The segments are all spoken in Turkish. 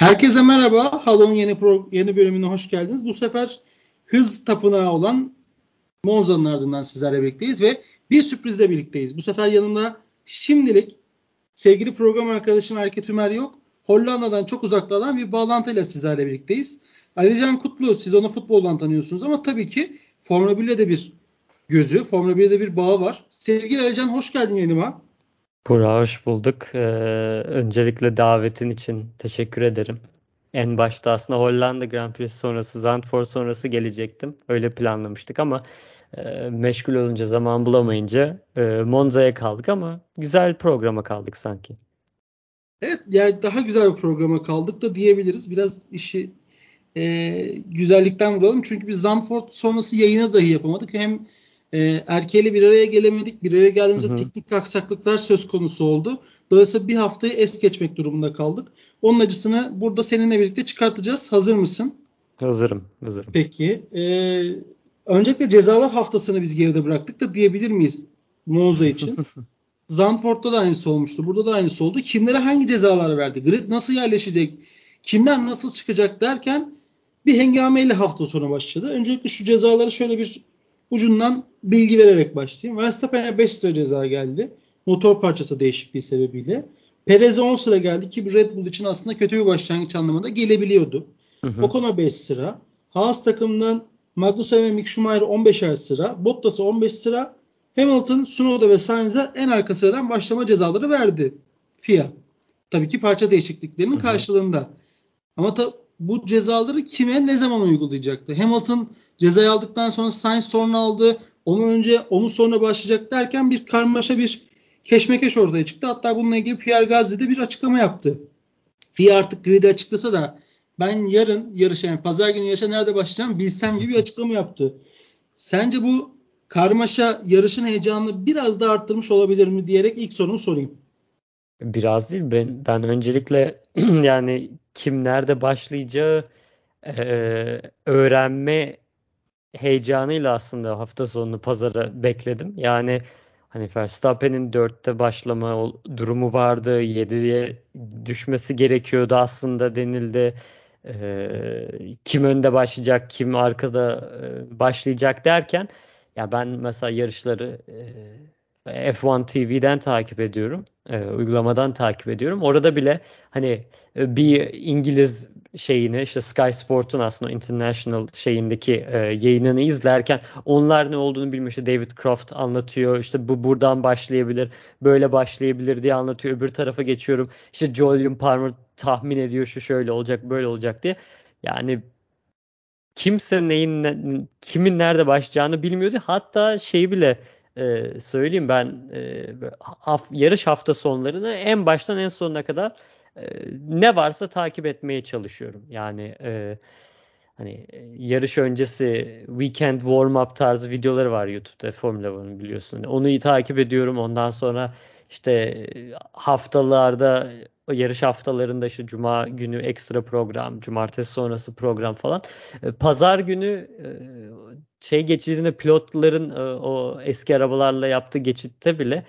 Herkese merhaba. Halo'nun yeni bölümüne hoş geldiniz. Bu sefer hız tapınağı olan Monza'nın ardından sizlerle birlikteyiz ve bir sürprizle birlikteyiz. Bu sefer yanımda şimdilik sevgili program arkadaşım Erke Tümer yok. Hollanda'dan çok uzakta olan bir bağlantıyla sizlerle birlikteyiz. Alican Kutlu, siz onu futboldan tanıyorsunuz ama tabii ki Formula 1'le de bir gözü, Formula 1'le de bir bağı var. Sevgili Alican, hoş geldin yanıma. Burak, hoş bulduk. Öncelikle davetin için teşekkür ederim. En başta aslında Hollanda Grand Prix sonrası, Zandvoort sonrası gelecektim. Öyle planlamıştık ama meşgul olunca, zaman bulamayınca Monza'ya kaldık ama güzel programa kaldık sanki. Evet, yani daha güzel bir programa kaldık da diyebiliriz. Biraz işi güzellikten vuralım. Çünkü biz Zandvoort sonrası yayını dahi yapamadık. Hem erkeğiyle bir araya gelemedik. Bir araya Hı geldiğimizde hı. teknik aksaklıklar söz konusu oldu. Dolayısıyla bir haftayı es geçmek durumunda kaldık. Onun acısını burada seninle birlikte çıkartacağız. Hazır mısın? Hazırım, hazırım. Peki. Öncelikle cezalar haftasını biz geride bıraktık da diyebilir miyiz Monza için? Zandvoort'ta da aynısı olmuştu. Burada da aynısı oldu. Kimlere hangi cezalar verdi? Grid nasıl yerleşecek? Kimler nasıl çıkacak derken bir hengameyle hafta sonu başladı. Öncelikle şu cezaları şöyle bir ucundan bilgi vererek başlayayım. Verstappen'e 5 sıra ceza geldi. Motor parçası değişikliği sebebiyle. Perez'e 10 sıra geldi ki bu Red Bull için aslında kötü bir başlangıç anlamında gelebiliyordu. Hı hı. Ocon'a 5 sıra. Haas takımından Magnussen ve Mick Schumacher 15'er sıra. Bottas'a 15 sıra. Hamilton, Tsunoda ve Sainz'e en arka sıradan başlama cezaları verdi FIA. Tabii ki parça değişikliklerinin Hı hı. karşılığında. Ama bu cezaları kime ne zaman uygulayacaktı? Hamilton cezayı aldıktan sonra Sainz sonra aldı. Onu önce onu sonra başlayacak derken bir karmaşa bir keşmekeş ortaya çıktı. Hatta bununla ilgili Pierre Gasly de bir açıklama yaptı. FIA artık grid'i açıklasa da ben yarın yarışa yani pazar günü yarışa nerede başlayacağım bilsem gibi bir açıklama yaptı. Sence bu karmaşa yarışın heyecanını biraz da arttırmış olabilir mi diyerek ilk sorumu sorayım. Biraz değil, ben öncelikle yani kim nerede başlayacağı öğrenme heyecanıyla aslında hafta sonunu pazara bekledim. Yani hani Verstappen'in 4'te başlama durumu vardı. 7'ye düşmesi gerekiyordu aslında denildi. Kim önde başlayacak, kim arkada başlayacak derken ya ben mesela yarışları F1 TV'den takip ediyorum. Uygulamadan takip ediyorum. Orada bile hani bir İngiliz şeyini işte Sky Sport'un aslında international şeyindeki yayınını izlerken onlar ne olduğunu bilmiyor. İşte David Croft anlatıyor. İşte bu buradan başlayabilir, böyle başlayabilir diye anlatıyor. Öbür tarafa geçiyorum. İşte Julian Palmer tahmin ediyor şu şöyle olacak, böyle olacak diye. Yani kimse kimin nerede başlayacağını bilmiyordu. Hatta şeyi bile söyleyeyim ben yarış hafta sonlarını en baştan en sonuna kadar ne varsa takip etmeye çalışıyorum. Yani hani yarış öncesi weekend warm-up tarzı videoları var YouTube'da Formula 1'ın biliyorsun. Hani onu iyi takip ediyorum. Ondan sonra işte haftalarda o yarış haftalarında işte cuma günü ekstra program, cumartesi sonrası program falan. Pazar günü şey geçidinde pilotların o eski arabalarla yaptığı geçitte bile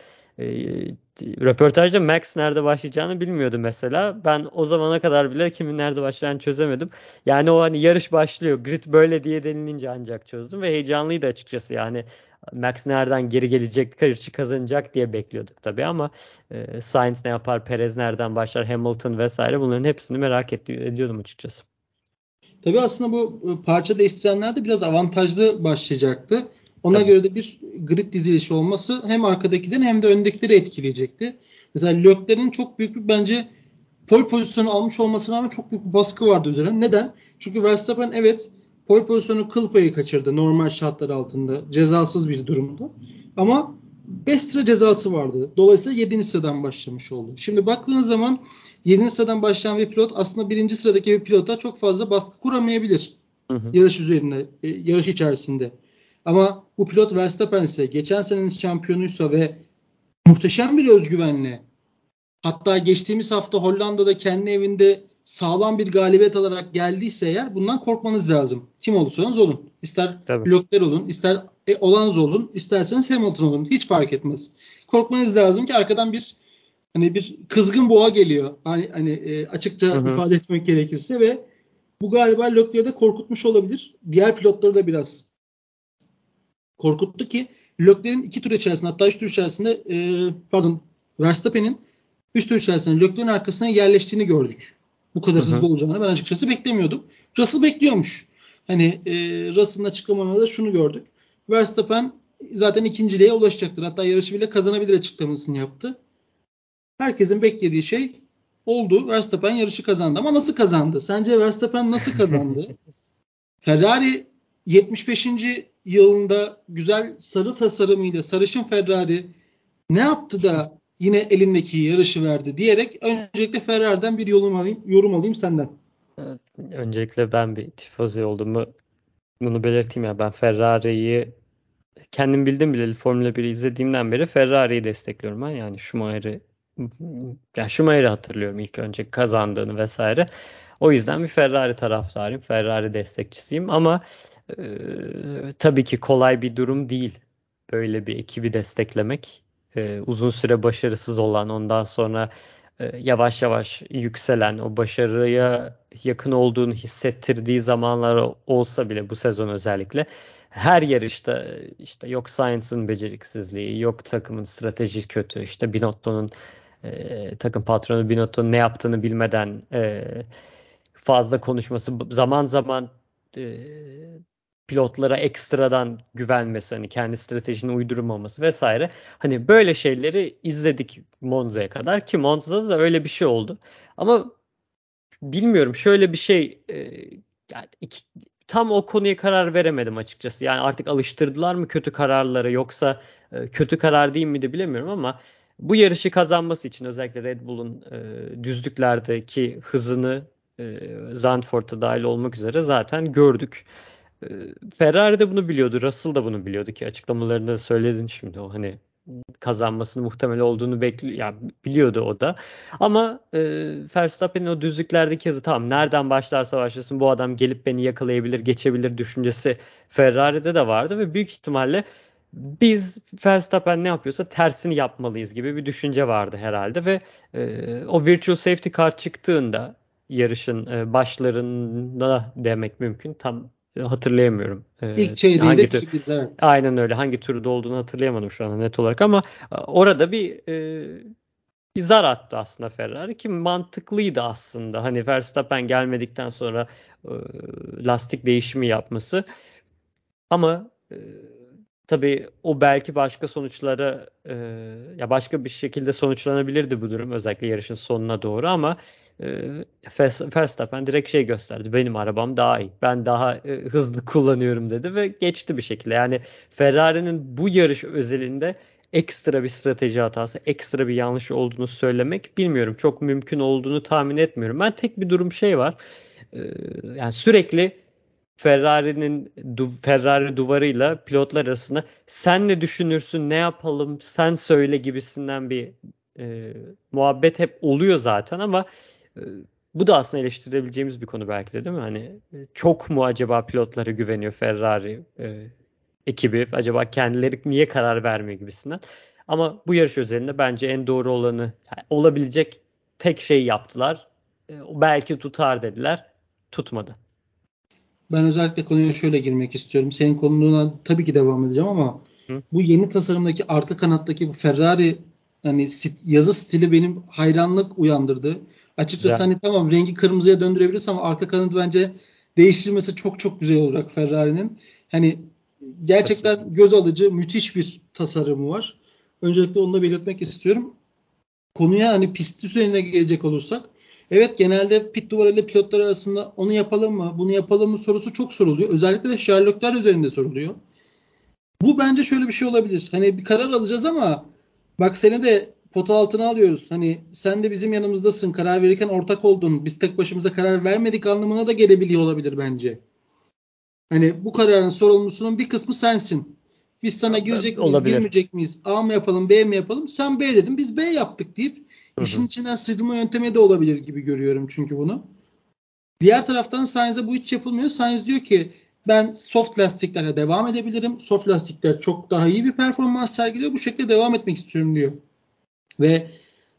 röportajda Max nerede başlayacağını bilmiyordu mesela. Ben o zamana kadar bile kimin nerede başlayacağını çözemedim. Yani o hani yarış başlıyor, grid böyle diye denilince ancak çözdüm ve heyecanlıydı açıkçası. Yani Max nereden geri gelecek, yarışı kazanacak diye bekliyorduk tabii ama Sainz ne yapar, Perez nereden başlar, Hamilton vesaire bunların hepsini merak ediyordum açıkçası. Tabii aslında bu parça değiştirenler de biraz avantajlı başlayacaktı. Ona Tabii. göre de bir grid dizilişi olması hem arkadakilerin hem de öndekileri etkileyecekti. Mesela Leclerc'in çok büyük bir bence pole pozisyonu almış olmasına rağmen çok büyük bir baskı vardı üzerine. Neden? Çünkü Verstappen evet pole pozisyonu kıl payı kaçırdı normal şartlar altında. Cezasız bir durumda. Ama 5 sıra cezası vardı. Dolayısıyla 7. sıradan başlamış oldu. Şimdi baktığınız zaman 7. sıradan başlayan bir pilot aslında 1. sıradaki bir pilota çok fazla baskı kuramayabilir. Hı hı. Yarış üzerinde, yarış içerisinde. Ama bu pilot Verstappen ise geçen senenin şampiyonuysa ve muhteşem bir özgüvenle hatta geçtiğimiz hafta Hollanda'da kendi evinde sağlam bir galibiyet alarak geldiyse eğer bundan korkmanız lazım. Kim olursanız olun. İster Tabii. Leclerc olun, ister Alonso olun, isterseniz Hamilton olun. Hiç fark etmez. Korkmanız lazım ki arkadan bir Hani bir kızgın boğa geliyor. Açıkça Hı hı. ifade etmek gerekirse ve bu galiba Leclerc'i de korkutmuş olabilir. Diğer pilotları da biraz korkuttu ki Leclerc'in 2 tur içerisinde, hatta 3 tur içerisinde Verstappen'in 3 tur içerisinde Leclerc'in arkasına yerleştiğini gördük. Bu Hı kadar hızlı hı. olacağını ben açıkçası beklemiyordum. Russell bekliyormuş. Russell'ın açıklamalarında da şunu gördük. Verstappen zaten ikinciliğe ulaşacaktır. Hatta yarışı bile kazanabilir açıklamasını yaptı. Herkesin beklediği şey oldu. Verstappen yarışı kazandı. Ama nasıl kazandı? Sence Verstappen nasıl kazandı? Ferrari 75. yılında güzel sarı tasarımıyla sarışın Ferrari ne yaptı da yine elindeki yarışı verdi diyerek öncelikle Ferrari'den bir yorum alayım senden. Evet, öncelikle ben bir tifozi olduğumu bunu belirteyim ya. Ben Ferrari'yi kendim bildim bileli Formula 1'i izlediğimden beri Ferrari'yi destekliyorum ben. Yani Schumacher'i hatırlıyorum ilk önce kazandığını vesaire. O yüzden bir Ferrari taraftarıyım. Ferrari destekçisiyim ama tabii ki kolay bir durum değil böyle bir ekibi desteklemek. Uzun süre başarısız olan, ondan sonra yavaş yavaş yükselen, o başarıya yakın olduğunu hissettirdiği zamanlar olsa bile bu sezon özellikle her yarışta işte yok Sainz'ın beceriksizliği, yok takımın strateji kötü, işte Binotto'nun takım patronu Binotto'nun ne yaptığını bilmeden fazla konuşması, zaman zaman e, pilotlara ekstradan güvenmesi, hani kendi stratejini uydurmaması vesaire. Hani böyle şeyleri izledik Monza'ya kadar ki Monza'da da öyle bir şey oldu. Ama bilmiyorum, şöyle bir şey yani tam o konuya karar veremedim açıkçası. Yani artık alıştırdılar mı kötü kararlara, yoksa kötü karar değil mi de bilemiyorum ama bu yarışı kazanması için özellikle Red Bull'un düzlüklerdeki hızını Zandvoort'a dahil olmak üzere zaten gördük. E, Ferrari de bunu biliyordu, Russell da bunu biliyordu ki açıklamalarında da söyledin şimdi, o hani kazanmasının muhtemel olduğunu yani biliyordu o da. Ama Verstappen'in o düzlüklerdeki hızı, tamam nereden başlarsa başlasın bu adam gelip beni yakalayabilir, geçebilir düşüncesi Ferrari'de de vardı ve büyük ihtimalle biz Verstappen ne yapıyorsa tersini yapmalıyız gibi bir düşünce vardı herhalde ve o virtual safety car çıktığında yarışın başlarında demek mümkün. Tam hatırlayamıyorum. İlk çeyreği de Hangi tür diyebiliriz, evet. Aynen öyle. Hangi turda olduğunu hatırlayamadım şu anda net olarak ama orada bir zar attı aslında Ferrari ki mantıklıydı aslında. Hani Verstappen gelmedikten sonra e, lastik değişimi yapması. Ama tabii o belki başka sonuçlara ya başka bir şekilde sonuçlanabilirdi bu durum, özellikle yarışın sonuna doğru ama Verstappen direkt şey gösterdi. Benim arabam daha iyi. Ben daha hızlı kullanıyorum dedi ve geçti bir şekilde. Yani Ferrari'nin bu yarış özelinde ekstra bir strateji hatası, ekstra bir yanlış olduğunu söylemek bilmiyorum. Çok mümkün olduğunu tahmin etmiyorum. Ben tek bir durum şey var. E, Yani sürekli Ferrari duvarıyla pilotlar arasında sen ne düşünürsün, ne yapalım, sen söyle gibisinden bir e, muhabbet hep oluyor zaten ama e, bu da aslında eleştirebileceğimiz bir konu belki de, değil mi? Hani çok mu acaba pilotlara güveniyor Ferrari ekibi? Acaba kendileri niye karar vermiyor gibisinden. Ama bu yarış özelinde bence en doğru olanı, yani olabilecek tek şey yaptılar. Belki tutar dediler. Tutmadı. Ben özellikle konuya şöyle girmek istiyorum. Senin konuna tabii ki devam edeceğim ama Hı? bu yeni tasarımdaki arka kanattaki bu Ferrari yazı stili benim hayranlık uyandırdı. Açıkçası Güzel. tamam rengi kırmızıya döndürebiliriz ama arka kanadı bence değiştirmesi çok çok güzel olacak Ferrari'nin. Hani Katılıyorum. gerçekten göz alıcı müthiş bir tasarımı var. Öncelikle onu da belirtmek istiyorum. Konuya pist üzerine gelecek olursak, evet, genelde pit duvarıyla pilotlar arasında onu yapalım mı, bunu yapalım mı sorusu çok soruluyor. Özellikle de Sherlockler üzerinde soruluyor. Bu bence şöyle bir şey olabilir. Bir karar alacağız ama bak seni de pota altına alıyoruz. Sen de bizim yanımızdasın. Karar verirken ortak oldun. Biz tek başımıza karar vermedik anlamına da gelebiliyor olabilir bence. Bu kararın sorumlusunun bir kısmı sensin. Biz sana girecek miyiz, Olabilir. girmeyecek miyiz? A mı yapalım, B mi yapalım? Sen B dedin, biz B yaptık deyip Hı işin hı. içinden sıyrılma yöntemi de olabilir gibi görüyorum çünkü bunu. Diğer taraftan Sainz'e bu hiç yapılmıyor. Sainz diyor ki ben soft lastiklerle devam edebilirim. Soft lastikler çok daha iyi bir performans sergiliyor. Bu şekilde devam etmek istiyorum diyor. Ve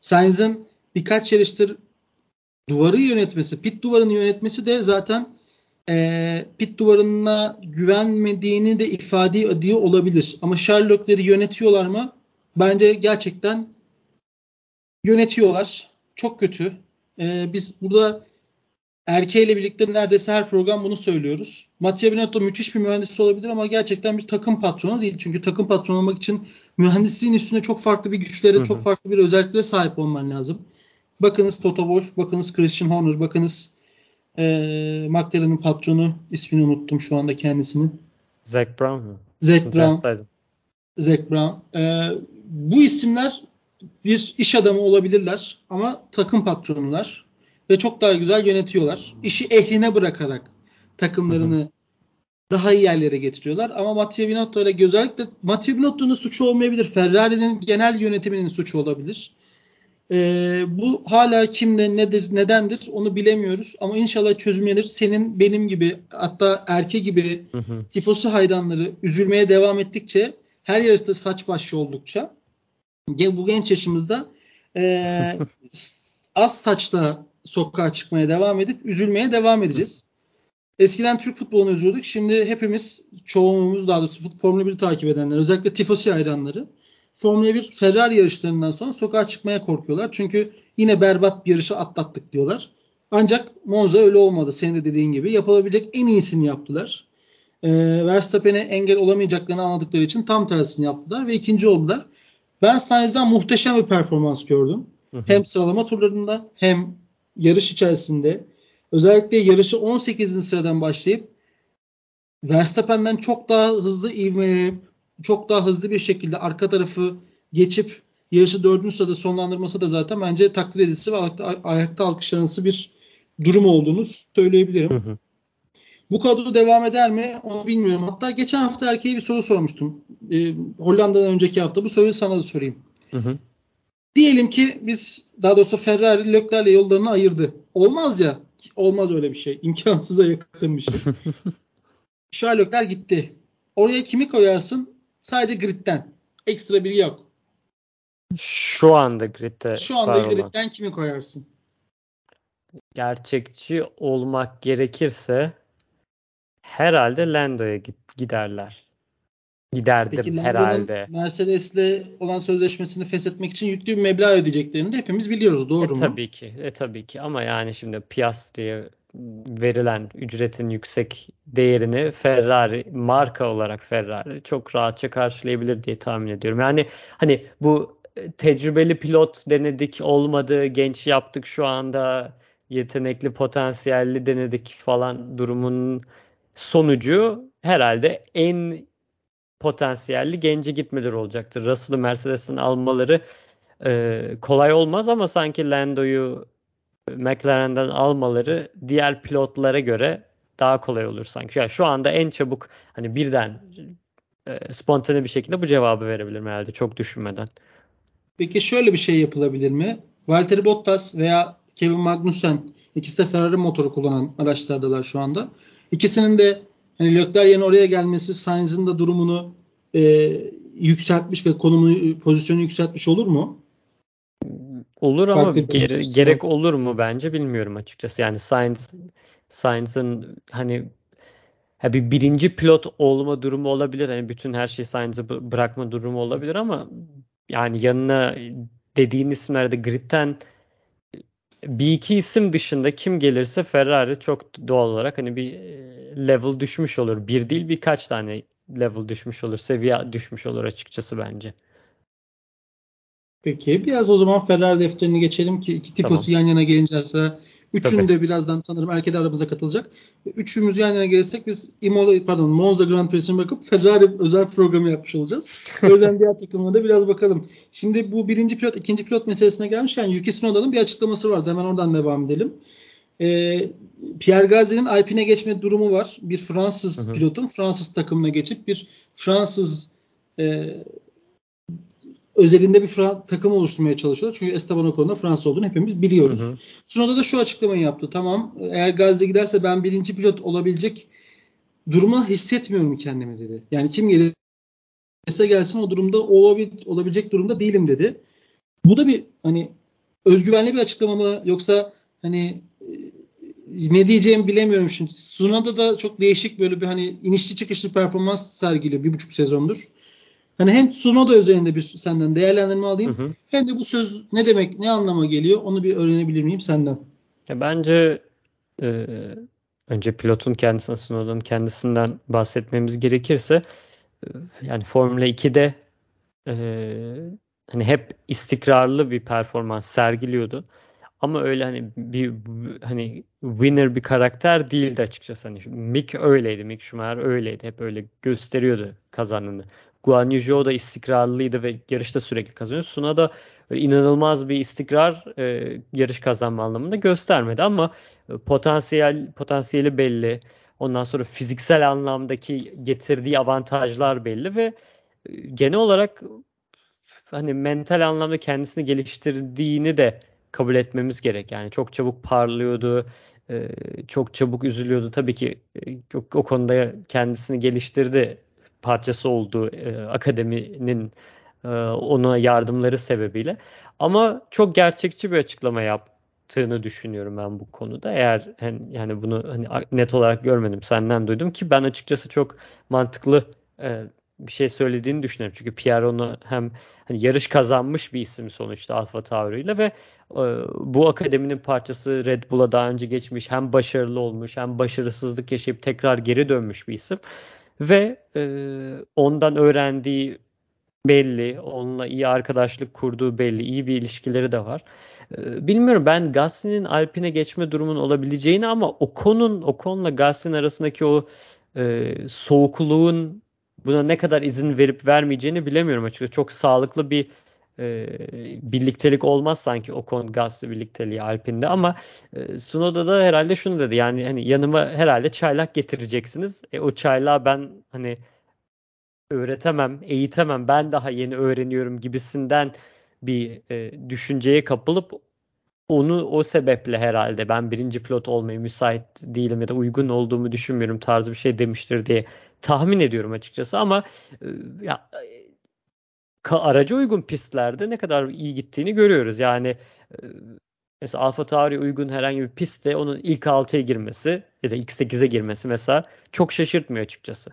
Sainz'ın birkaç yarıştır duvarı yönetmesi, pit duvarını yönetmesi de zaten pit duvarına güvenmediğini de ifade ediyor olabilir. Ama Sherlock'ları yönetiyorlar mı? Bence gerçekten yönetiyorlar. Çok kötü. Biz burada erkeğiyle birlikte neredeyse her program bunu söylüyoruz. Mattia Binotto müthiş bir mühendis olabilir ama gerçekten bir takım patronu değil. Çünkü takım patronu olmak için mühendisliğin üstünde çok farklı bir güçlere, çok farklı bir özelliklere sahip olman lazım. Bakınız Toto Wolff, bakınız Christian Horner, bakınız McLaren'ın patronu, ismini unuttum şu anda kendisinin. Zac Brown mu? Zac Brown. Zac Brown. Bu isimler bir iş adamı olabilirler ama takım patronular ve çok daha güzel yönetiyorlar. İşi ehline bırakarak takımlarını daha iyi yerlere getiriyorlar. Ama Mattia Binotto ile özellikle Mattia Binotto'nun suçu olmayabilir. Ferrari'nin genel yönetiminin suçu olabilir. Bu hala kimde nedir, nedendir onu bilemiyoruz. Ama inşallah çözüm gelir. Senin, benim gibi hatta Erke gibi tifosi hayranları üzülmeye devam ettikçe her yarışta saç başı oldukça bu genç yaşımızda az saçla sokağa çıkmaya devam edip üzülmeye devam edeceğiz. Eskiden Türk futbolunu üzüldük. Şimdi hepimiz, çoğunluğumuz daha doğrusu Formula 1'i takip edenler, özellikle tifosi hayranları Formula 1 Ferrari yarışlarından sonra sokağa çıkmaya korkuyorlar. Çünkü yine berbat bir yarışı atlattık diyorlar. Ancak Monza öyle olmadı. Senin de dediğin gibi yapılabilecek en iyisini yaptılar. Verstappen'e engel olamayacaklarını anladıkları için tam tersini yaptılar ve ikinci oldular. Ben Sainz'dan muhteşem bir performans gördüm. Hem sıralama turlarında hem yarış içerisinde. Özellikle yarışı 18. sıradan başlayıp Verstappen'den çok daha hızlı ivmelenip çok daha hızlı bir şekilde arka tarafı geçip yarışı 4. sırada sonlandırması da zaten bence takdir edilisi ve ayakta alkışlanması bir durum olduğunu söyleyebilirim. Bu kadro devam eder mi? Onu bilmiyorum. Hatta geçen hafta erkeğe bir soru sormuştum. Hollanda'dan önceki hafta. Bu soruyu sana da sorayım. Diyelim ki biz, daha doğrusu Ferrari Leclerc'le yollarını ayırdı. Olmaz ya. Olmaz öyle bir şey. İmkansıza yakın bir şey. Charles Leclerc gitti. Oraya kimi koyarsın? Sadece gridden. Ekstra biri yok. Şu anda gridde Şu anda gridden kimi koyarsın? Gerçekçi olmak gerekirse herhalde Lando'ya giderler. Giderdim Peki Lando'nun herhalde. Mercedes'le olan sözleşmesini feshetmek için yüklü bir meblağ ödeyeceklerini de hepimiz biliyoruz. Doğru mu? Tabii ki ama yani şimdi Piastri'ye verilen ücretin yüksek değerini Ferrari, marka olarak Ferrari çok rahatça karşılayabilir diye tahmin ediyorum. Yani hani bu tecrübeli pilot denedik, olmadı, genç yaptık, şu anda yetenekli, potansiyelli denedik falan durumun sonucu herhalde en potansiyelli genci gitmeleri olacaktır. Russell'ı Mercedes'ten almaları kolay olmaz ama sanki Lando'yu McLaren'den almaları diğer pilotlara göre daha kolay olur sanki. Yani şu anda en çabuk hani birden spontane bir şekilde bu cevabı verebilirim herhalde çok düşünmeden. Peki şöyle bir şey yapılabilir mi? Valtteri Bottas veya Kevin Magnussen, ikisi de Ferrari motoru kullanan araçlardalar şu anda. İkisinin de hani Leclerc'in oraya gelmesi Sainz'ın da durumunu yükseltmiş ve konumunu, pozisyonu yükseltmiş olur mu? Olur ama Farklı bir bakış açısıyla. gerek olur mu bence bilmiyorum açıkçası. Yani Sainz'ın hani bir birinci pilot olma durumu olabilir. Hani bütün her şeyi Sainz'ı bırakma durumu olabilir ama yani yanına dediğin isimlerde gridden bir iki isim dışında kim gelirse Ferrari çok doğal olarak hani bir level düşmüş olur. Bir değil birkaç tane level düşmüş olur. Seviye düşmüş olur açıkçası bence. Peki biraz o zaman Ferrari defterini geçelim ki iki Tamam. tifosu yan yana gelince hatta üçünü Tabii. de birazdan sanırım erkek aramıza katılacak. Üçümüz yan yana gelirsek biz Monza Grand Prix'sini bakıp Ferrari özel programı yapmış olacağız. O yüzden diğer takımlara da biraz bakalım. Şimdi bu birinci pilot, ikinci pilot meselesine gelmişken Yuki Tsunoda'nın bir açıklaması vardı. Hemen oradan devam edelim. Pierre Gasly'nin Alpine'e geçme durumu var. Bir Fransız pilotun Fransız takımına geçip bir Fransız özelinde bir takım oluşturmaya çalışıyorlar. Çünkü Esteban Ocon'un Fransız olduğunu hepimiz biliyoruz. Tsunoda da şu açıklamayı yaptı. Tamam, eğer Gasly giderse ben birinci pilot olabilecek duruma hissetmiyorum kendimi dedi. Yani kim gelirse gelsin o durumda olabilecek durumda değilim dedi. Bu da bir hani özgüvenli bir açıklama mı yoksa hani ne diyeceğimi bilemiyorum şimdi. Tsunoda da çok değişik böyle bir hani inişli çıkışlı performans sergiliyor 1,5 sezondur. Hani hem Tsunoda üzerinde bir senden değerlendirme Hı alayım hı. hem de bu söz ne demek, ne anlama geliyor onu bir öğrenebilir miyim senden? Ya bence e, önce pilotun kendisinden, Tsunoda'nın kendisinden bahsetmemiz gerekirse e, yani Formula 2'de hani hep istikrarlı bir performans sergiliyordu. Ama öyle hani hani winner bir karakter değildi açıkçası. Hani Mick öyleydi. Mick Schumacher öyleydi. Hep öyle gösteriyordu kazandığını. Guan Yu Zhou da istikrarlıydı ve yarışta sürekli kazanıyor. Suna da inanılmaz bir istikrar yarış kazanma anlamında göstermedi ama potansiyeli belli. Ondan sonra fiziksel anlamdaki getirdiği avantajlar belli ve genel olarak hani mental anlamda kendisini geliştirdiğini de kabul etmemiz gerek. Yani çok çabuk parlıyordu, çok çabuk üzülüyordu. Tabii ki o konuda kendisini geliştirdi. Parçası olduğu akademinin ona yardımları sebebiyle. Ama çok gerçekçi bir açıklama yaptığını düşünüyorum ben bu konuda. Eğer yani bunu hani net olarak görmedim, senden duydum ki ben açıkçası çok mantıklı bir şey söylediğini düşünüyorum. Çünkü Pierre onu hem hani yarış kazanmış bir isim sonuçta AlphaTauri ile ve e, bu akademinin parçası Red Bull'a daha önce geçmiş, hem başarılı olmuş hem başarısızlık yaşayıp tekrar geri dönmüş bir isim ve ondan öğrendiği belli, onunla iyi arkadaşlık kurduğu belli, iyi bir ilişkileri de var. Bilmiyorum, ben Gasly'nin Alpine'e geçme durumunun olabileceğini ama Ocon'la Gasly'nin arasındaki o soğukluğun buna ne kadar izin verip vermeyeceğini bilemiyorum açıkçası. Çok sağlıklı bir birliktelik olmaz sanki Ocon Gasly birlikteliği Alpine'de ama Tsunoda da herhalde şunu dedi, yani hani yanıma herhalde çaylak getireceksiniz. O çaylağı ben hani öğretemem, eğitemem, ben daha yeni öğreniyorum gibisinden bir düşünceye kapılıp onu o sebeple herhalde ben birinci pilot olmaya müsait değilim ya da uygun olduğumu düşünmüyorum tarzı bir şey demiştir diye tahmin ediyorum açıkçası ama e, ya araca uygun pistlerde ne kadar iyi gittiğini görüyoruz. Yani e, mesela AlphaTauri uygun herhangi bir pistte onun ilk 6'ya girmesi ya da ilk 8'e girmesi mesela çok şaşırtmıyor açıkçası.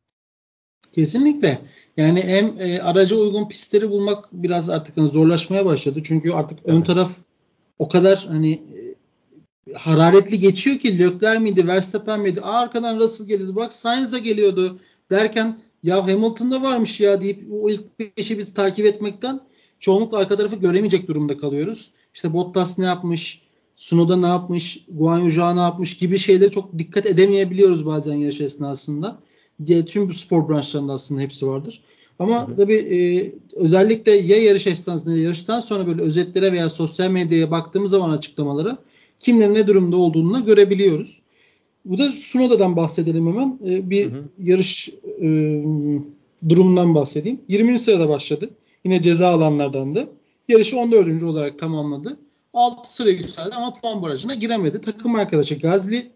Kesinlikle. Yani hem araca uygun pistleri bulmak biraz artık hani zorlaşmaya başladı. Çünkü artık ön Evet. taraf o kadar hani hararetli geçiyor ki Leclerc miydi, Verstappen miydi? Arkadan Russell geliyordu. Bak Sainz de geliyordu derken ya Hamilton'da varmış ya deyip o ilk beşi biz takip etmekten çoğunlukla arka tarafı göremeyecek durumda kalıyoruz. İşte Bottas ne yapmış, Tsunoda ne yapmış, Guan Yu Zhou ne yapmış gibi şeyleri çok dikkat edemeyebiliyoruz bazen yarış esnasında. Diye tüm bu spor branşlarında aslında hepsi vardır. Hı Ama hı. tabii özellikle ya yarış esnasında ya yarıştan sonra böyle özetlere veya sosyal medyaya baktığımız zaman açıklamaları kimlerin ne durumda olduğunu görebiliyoruz. Bu da Tsunoda'dan bahsedelim hemen. Hı Bir hı. yarış durumundan bahsedeyim. 20. sırada başladı. Yine ceza alanlardandı. Yarışı 14. olarak tamamladı. 6 sıra yükseldi ama puan barajına giremedi. Takım arkadaşı Gazli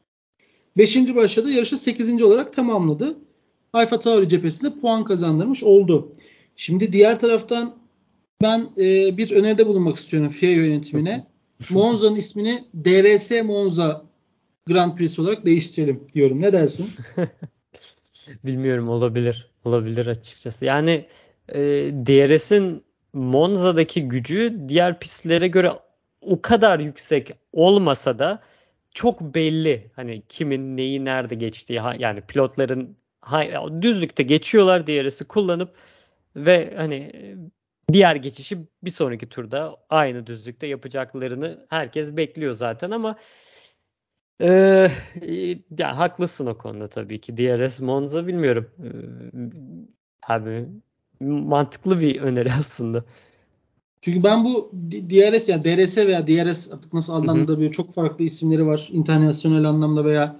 5. başladı. Yarışı 8. olarak tamamladı. AlphaTauri cephesinde puan kazandırmış oldu. Şimdi diğer taraftan ben bir öneride bulunmak istiyorum FIA yönetimine. Monza'nın ismini DRS Monza Grand Prix olarak değiştirelim diyorum. Ne dersin? Bilmiyorum, olabilir. Olabilir açıkçası. Yani DRS'in Monza'daki gücü diğer pistlere göre o kadar yüksek olmasa da çok belli. Hani kimin neyi nerede geçtiği, yani pilotların düzlükte geçiyorlar DRS'i kullanıp ve hani diğer geçişi bir sonraki turda aynı düzlükte yapacaklarını herkes bekliyor zaten ama ee, ya haklısın o konuda tabii ki. DRS Monza bilmiyorum. Abi mantıklı bir öneri aslında. Çünkü ben bu DRS yani DRS veya DRS artık nasıl Hı hı. adlandırılıyor çok farklı isimleri var. İnternasyonel anlamda veya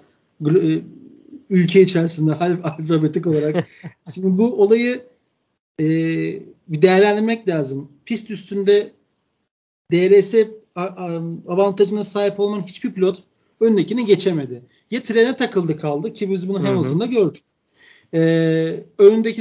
ülke içerisinde alfabetik olarak. Şimdi bu olayı e, bir değerlendirmek lazım. Pist üstünde DRS avantajına sahip olmanın hiçbir pilot öndekini geçemedi. Ya trene takıldı kaldı ki biz bunu Hı hı. Hamilton'da gördük.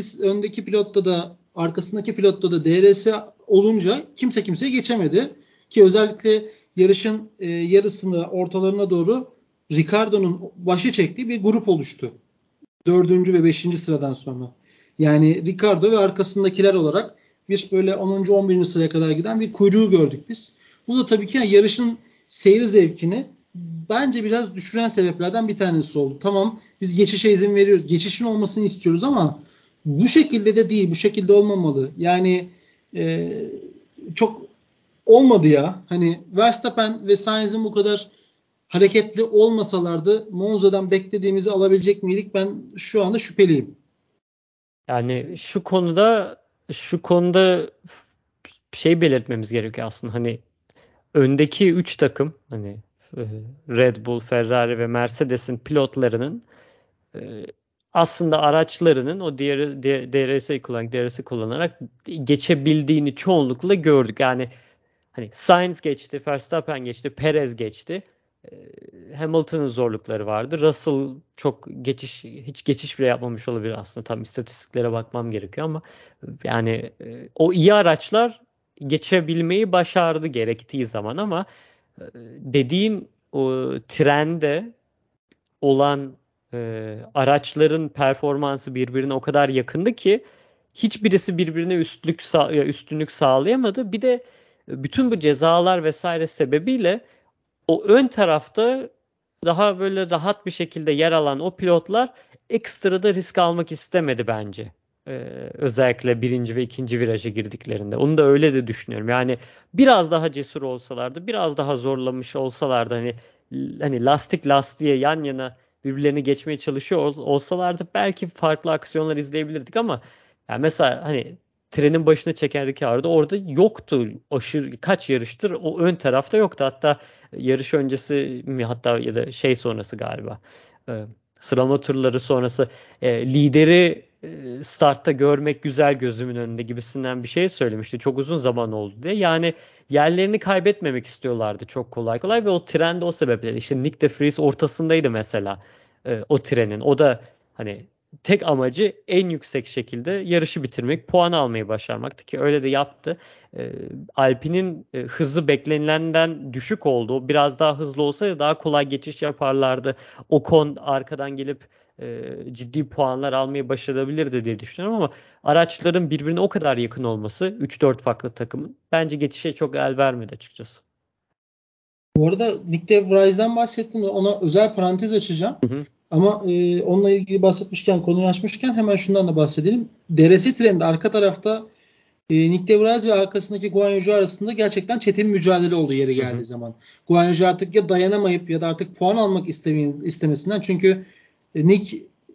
Öndeki pilotta da arkasındaki pilotta da DRS olunca kimse kimseye geçemedi. Ki özellikle yarışın yarısında ortalarına doğru Ricardo'nun başı çektiği bir grup oluştu. 4. ve 5. sıradan sonra. Yani Ricardo ve arkasındakiler olarak bir böyle 10. 11. sıraya kadar giden bir kuyruğu gördük biz. Bu da tabii ki yarışın seyir zevkini bence biraz düşüren sebeplerden bir tanesi oldu. Tamam, biz geçişe izin veriyoruz. Geçişin olmasını istiyoruz ama bu şekilde de değil. Bu şekilde olmamalı. Yani e, çok olmadı ya. Hani Verstappen ve Sainz'in bu kadar hareketli olmasalardı Monza'dan beklediğimizi alabilecek miydik? Ben şu anda şüpheliyim. Yani şu konuda şey belirtmemiz gerekiyor aslında. Hani öndeki 3 takım, hani e, Red Bull, Ferrari ve Mercedes'in pilotlarının e, aslında araçlarının o DRS'i kullanarak geçebildiğini çoğunlukla gördük. Yani hani Sainz geçti, Verstappen geçti, Perez geçti. Hamilton'ın zorlukları vardı. Russell hiç geçiş bile yapmamış olabilir aslında. Tam istatistiklere bakmam gerekiyor ama yani o iyi araçlar geçebilmeyi başardı gerektiği zaman ama dediğin o trende olan araçların performansı birbirine o kadar yakındı ki hiçbirisi birbirine üstünlük sağlayamadı. Bir de bütün bu cezalar vesaire sebebiyle o ön tarafta daha böyle rahat bir şekilde yer alan o pilotlar ekstra da risk almak istemedi bence. Ee, Özellikle birinci ve ikinci viraja girdiklerinde. Onu da öyle de düşünüyorum. Yani biraz daha cesur olsalardı, biraz daha zorlamış olsalardı hani lastik lastiğe yan yana birbirlerini geçmeye çalışıyor olsalardı belki farklı aksiyonlar izleyebilirdik ama yani mesela hani trenin başına çeken Ricardo orada yoktu. Aşırı kaç yarıştır o ön tarafta yoktu. Hatta yarış öncesi mi hatta ya da şey sonrası galiba. Ee, Sıralama turları sonrası lideri startta görmek güzel gözümün önünde gibisinden bir şey söylemişti. Çok uzun zaman oldu diye. Yani yerlerini kaybetmemek istiyorlardı çok kolay kolay ve o trende o sebeple. İşte Nick de Vries ortasındaydı mesela o trenin. O da hani tek amacı en yüksek şekilde yarışı bitirmek, puan almayı başarmaktı ki öyle de yaptı. Alpine'in hızı beklenilenden düşük oldu. Biraz daha hızlı olsaydı daha kolay geçiş yaparlardı. Ocon arkadan gelip ciddi puanlar almayı başarabilirdi diye düşünüyorum ama araçların birbirine o kadar yakın olması 3-4 farklı takımın bence geçişe çok el vermedi açıkçası. Bu arada Nick de Vries'den bahsettim. Ona özel parantez açacağım. Hı hı. Ama onunla ilgili bahsetmişken, konuyu açmışken hemen şundan da bahsedelim. DRS treninde arka tarafta Nick de Vries ve arkasındaki Guan Yu Zhou arasında gerçekten çetin mücadele oldu yeri Hı geldiği hı. zaman. Guan Yu Zhou artık ya dayanamayıp ya da artık puan almak istemesinden, çünkü Nick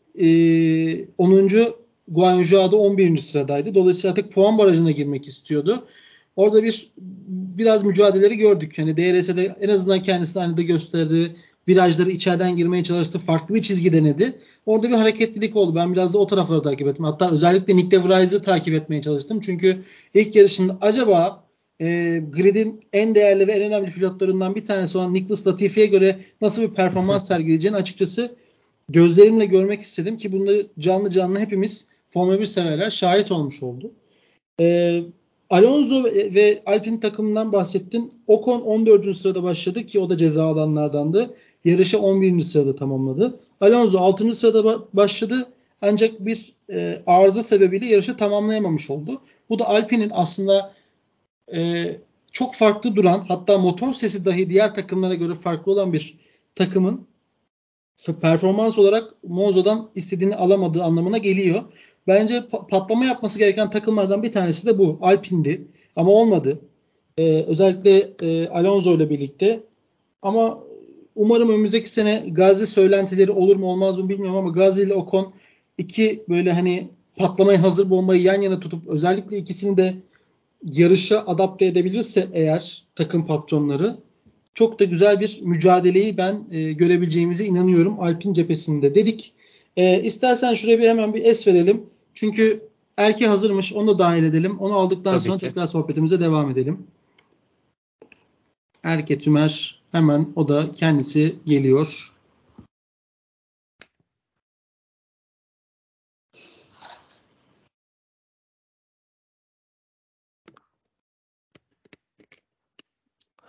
10. Guan Yu Zhou da 11. sıradaydı. Dolayısıyla artık puan barajına girmek istiyordu. Orada biraz mücadeleleri gördük. Yani DRS'de en azından kendisini aynada gösterdi. Virajları içeriden girmeye çalıştı. Farklı bir çizgi denedi. Orada bir hareketlilik oldu. Ben biraz da o tarafları takip ettim. Hatta özellikle Nick de Vries'ı takip etmeye çalıştım. Çünkü ilk yarışında acaba grid'in en değerli ve en önemli pilotlarından bir tanesi olan Nicholas Latifi'ye göre nasıl bir performans sergileyeceğini açıkçası gözlerimle görmek istedim ki bunda canlı canlı hepimiz Formula 1 severler şahit olmuş oldu. Ee, Alonso ve Alpine takımından bahsettin. Ocon 14. sırada başladı ki o da ceza alanlardandı. Yarışı 11. sırada tamamladı. Alonso 6. sırada başladı ancak bir arıza sebebiyle yarışı tamamlayamamış oldu. Bu da Alpine'in aslında e, çok farklı duran, hatta motor sesi dahi diğer takımlara göre farklı olan bir takımın performans olarak Monza'dan istediğini alamadığı anlamına geliyor. Bence patlama yapması gereken takımlardan bir tanesi de bu. Alpine'di ama olmadı. Özellikle Alonso ile birlikte. Ama umarım önümüzdeki sene Gazi söylentileri olur mu olmaz mı bilmiyorum ama Gazi ile Ocon iki böyle hani patlamaya hazır bombayı yan yana tutup özellikle ikisini de yarışa adapte edebilirse eğer takım patronları çok da güzel bir mücadeleyi ben görebileceğimize inanıyorum Alpin cephesinde dedik. İstersen şuraya hemen bir es verelim. Çünkü Erki hazırmış. Onu da dahil edelim. Onu aldıktan Tabii sonra ki. tekrar sohbetimize devam edelim. Erke Tümer hemen o da kendisi geliyor.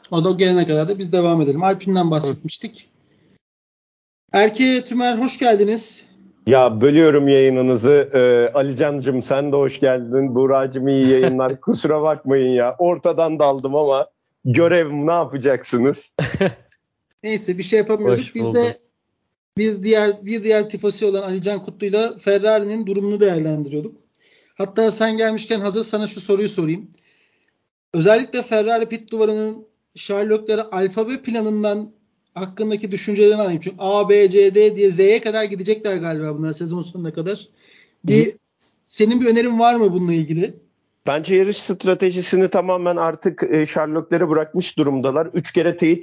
O da gelene kadar da biz devam edelim. Alpine'den bahsetmiştik. Erke Tümer hoş geldiniz. Ya bölüyorum yayınınızı. Ali Can'cığım sen de hoş geldin. Buğra'cığım iyi yayınlar. Kusura bakmayın ya. Ortadan daldım ama görev ne yapacaksınız? Neyse bir şey yapamıyorduk. Hoş buldum. Biz diğer tifosi olan Ali Can Kutlu'yla Ferrari'nin durumunu değerlendiriyorduk. Hatta sen gelmişken hazır sana şu soruyu sorayım. Özellikle Ferrari pit duvarının Sherlock'ları alfabe planından hakkındaki düşüncelerini alayım. Çünkü A, B, C, D diye Z'ye kadar gidecekler galiba bunlar sezon sonuna kadar. Senin bir önerin var mı bununla ilgili? Bence yarış stratejisini tamamen artık Sherlock'lara bırakmış durumdalar. 3 kere teyit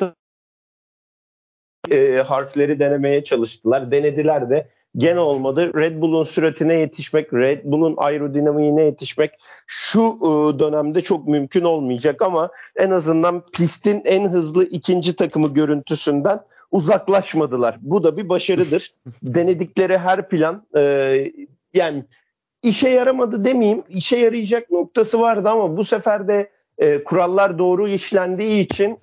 harfleri denemeye çalıştılar. Denediler de gene olmadı. Red Bull'un süratine yetişmek, Red Bull'un aerodinamiğine yetişmek şu dönemde çok mümkün olmayacak ama en azından pistin en hızlı ikinci takımı görüntüsünden uzaklaşmadılar. Bu da bir başarıdır. Denedikleri her plan yani işe yaramadı demeyeyim. İşe yarayacak noktası vardı ama bu sefer de kurallar doğru işlendiği için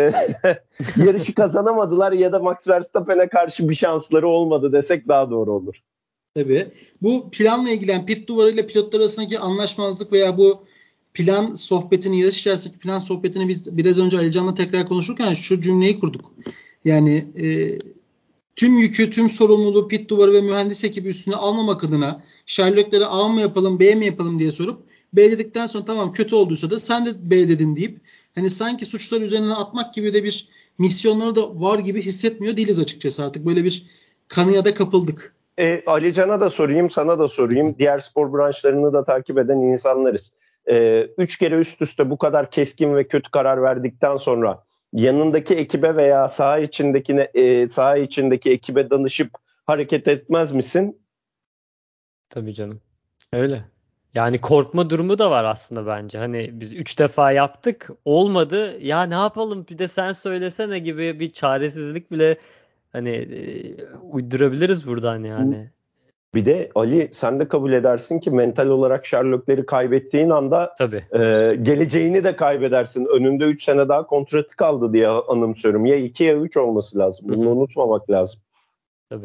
yarışı kazanamadılar ya da Max Verstappen'e karşı bir şansları olmadı desek daha doğru olur. Tabii. Bu planla ilgilen pit duvarıyla pilotlar arasındaki anlaşmazlık veya bu plan sohbetini, yarış içerisindeki plan sohbetini biz biraz önce Ali Can'la tekrar konuşurken şu cümleyi kurduk. Yani tüm yükü, tüm sorumluluğu pit duvarı ve mühendis ekibi üstüne almamak adına Sherlock'ları A mı yapalım, B mi yapalım diye sorup B dedikten sonra tamam kötü olduysa da sen de B dedin deyip hani sanki suçları üzerine atmak gibi de bir misyonları da var gibi hissetmiyor değiliz açıkçası artık. Böyle bir kanıya da kapıldık. Ali Can'a da sorayım, sana da sorayım. Diğer spor branşlarını da takip eden insanlarız. 3 kere üst üste bu kadar keskin ve kötü karar verdikten sonra yanındaki ekibe veya saha içindeki ekibe danışıp hareket etmez misin? Tabii canım. Öyle. Yani korkma durumu da var aslında bence. Hani biz 3 defa yaptık, olmadı. Ya ne yapalım? Bir de sen söylesene gibi bir çaresizlik bile hani uydurabiliriz buradan yani. Bir de Ali sen de kabul edersin ki mental olarak Sherlock'leri kaybettiğin anda Tabii. geleceğini de kaybedersin. Önünde 3 sene daha kontratı kaldı diye anımsıyorum. Ya 2 ya 3 olması lazım. Bunu unutmamak lazım. Tabii.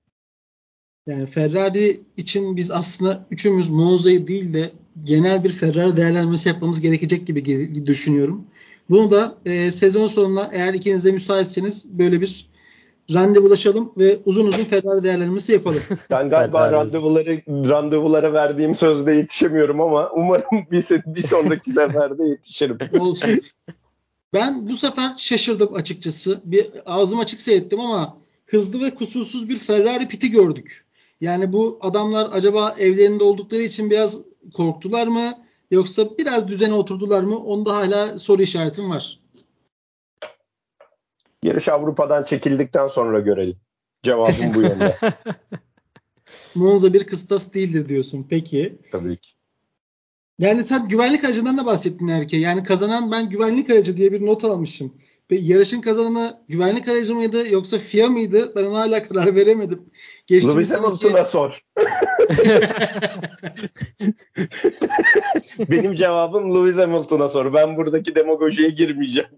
Yani Ferrari için biz aslında üçümüz Monza'yı değil de genel bir Ferrari değerlendirmesi yapmamız gerekecek gibi düşünüyorum. Bunu da sezon sonuna eğer ikiniz de müsaitseniz böyle bir randevulaşalım ve uzun uzun Ferrari değerlendirmesi yapalım. Ben galiba Ferrari randevulara verdiğim sözde yetişemiyorum ama umarım bir sonraki seferde yetişirim. Olsun. Ben bu sefer şaşırdım açıkçası. Bir ağzım açık seyrettim ama hızlı ve kusursuz bir Ferrari piti gördük. Yani bu adamlar acaba evlerinde oldukları için biraz korktular mı? Yoksa biraz düzene oturdular mı? Onda hala soru işaretim var. Yarış Avrupa'dan çekildikten sonra görelim. Cevabım bu yönde. Monza bir kıstas değildir diyorsun. Peki. Tabii ki. Yani sen güvenlik aracından da bahsettin Erke. Yani kazanan ben güvenlik aracı diye bir not almışım. Ve yarışın kazananı güvenlik aracı mıydı yoksa FIA mıydı? Ben ona hala karar veremedim. Geçtiğimiz Lewis Hamilton'a sor. Benim cevabım Lewis Hamilton'a sor. Ben buradaki demagojiye girmeyeceğim.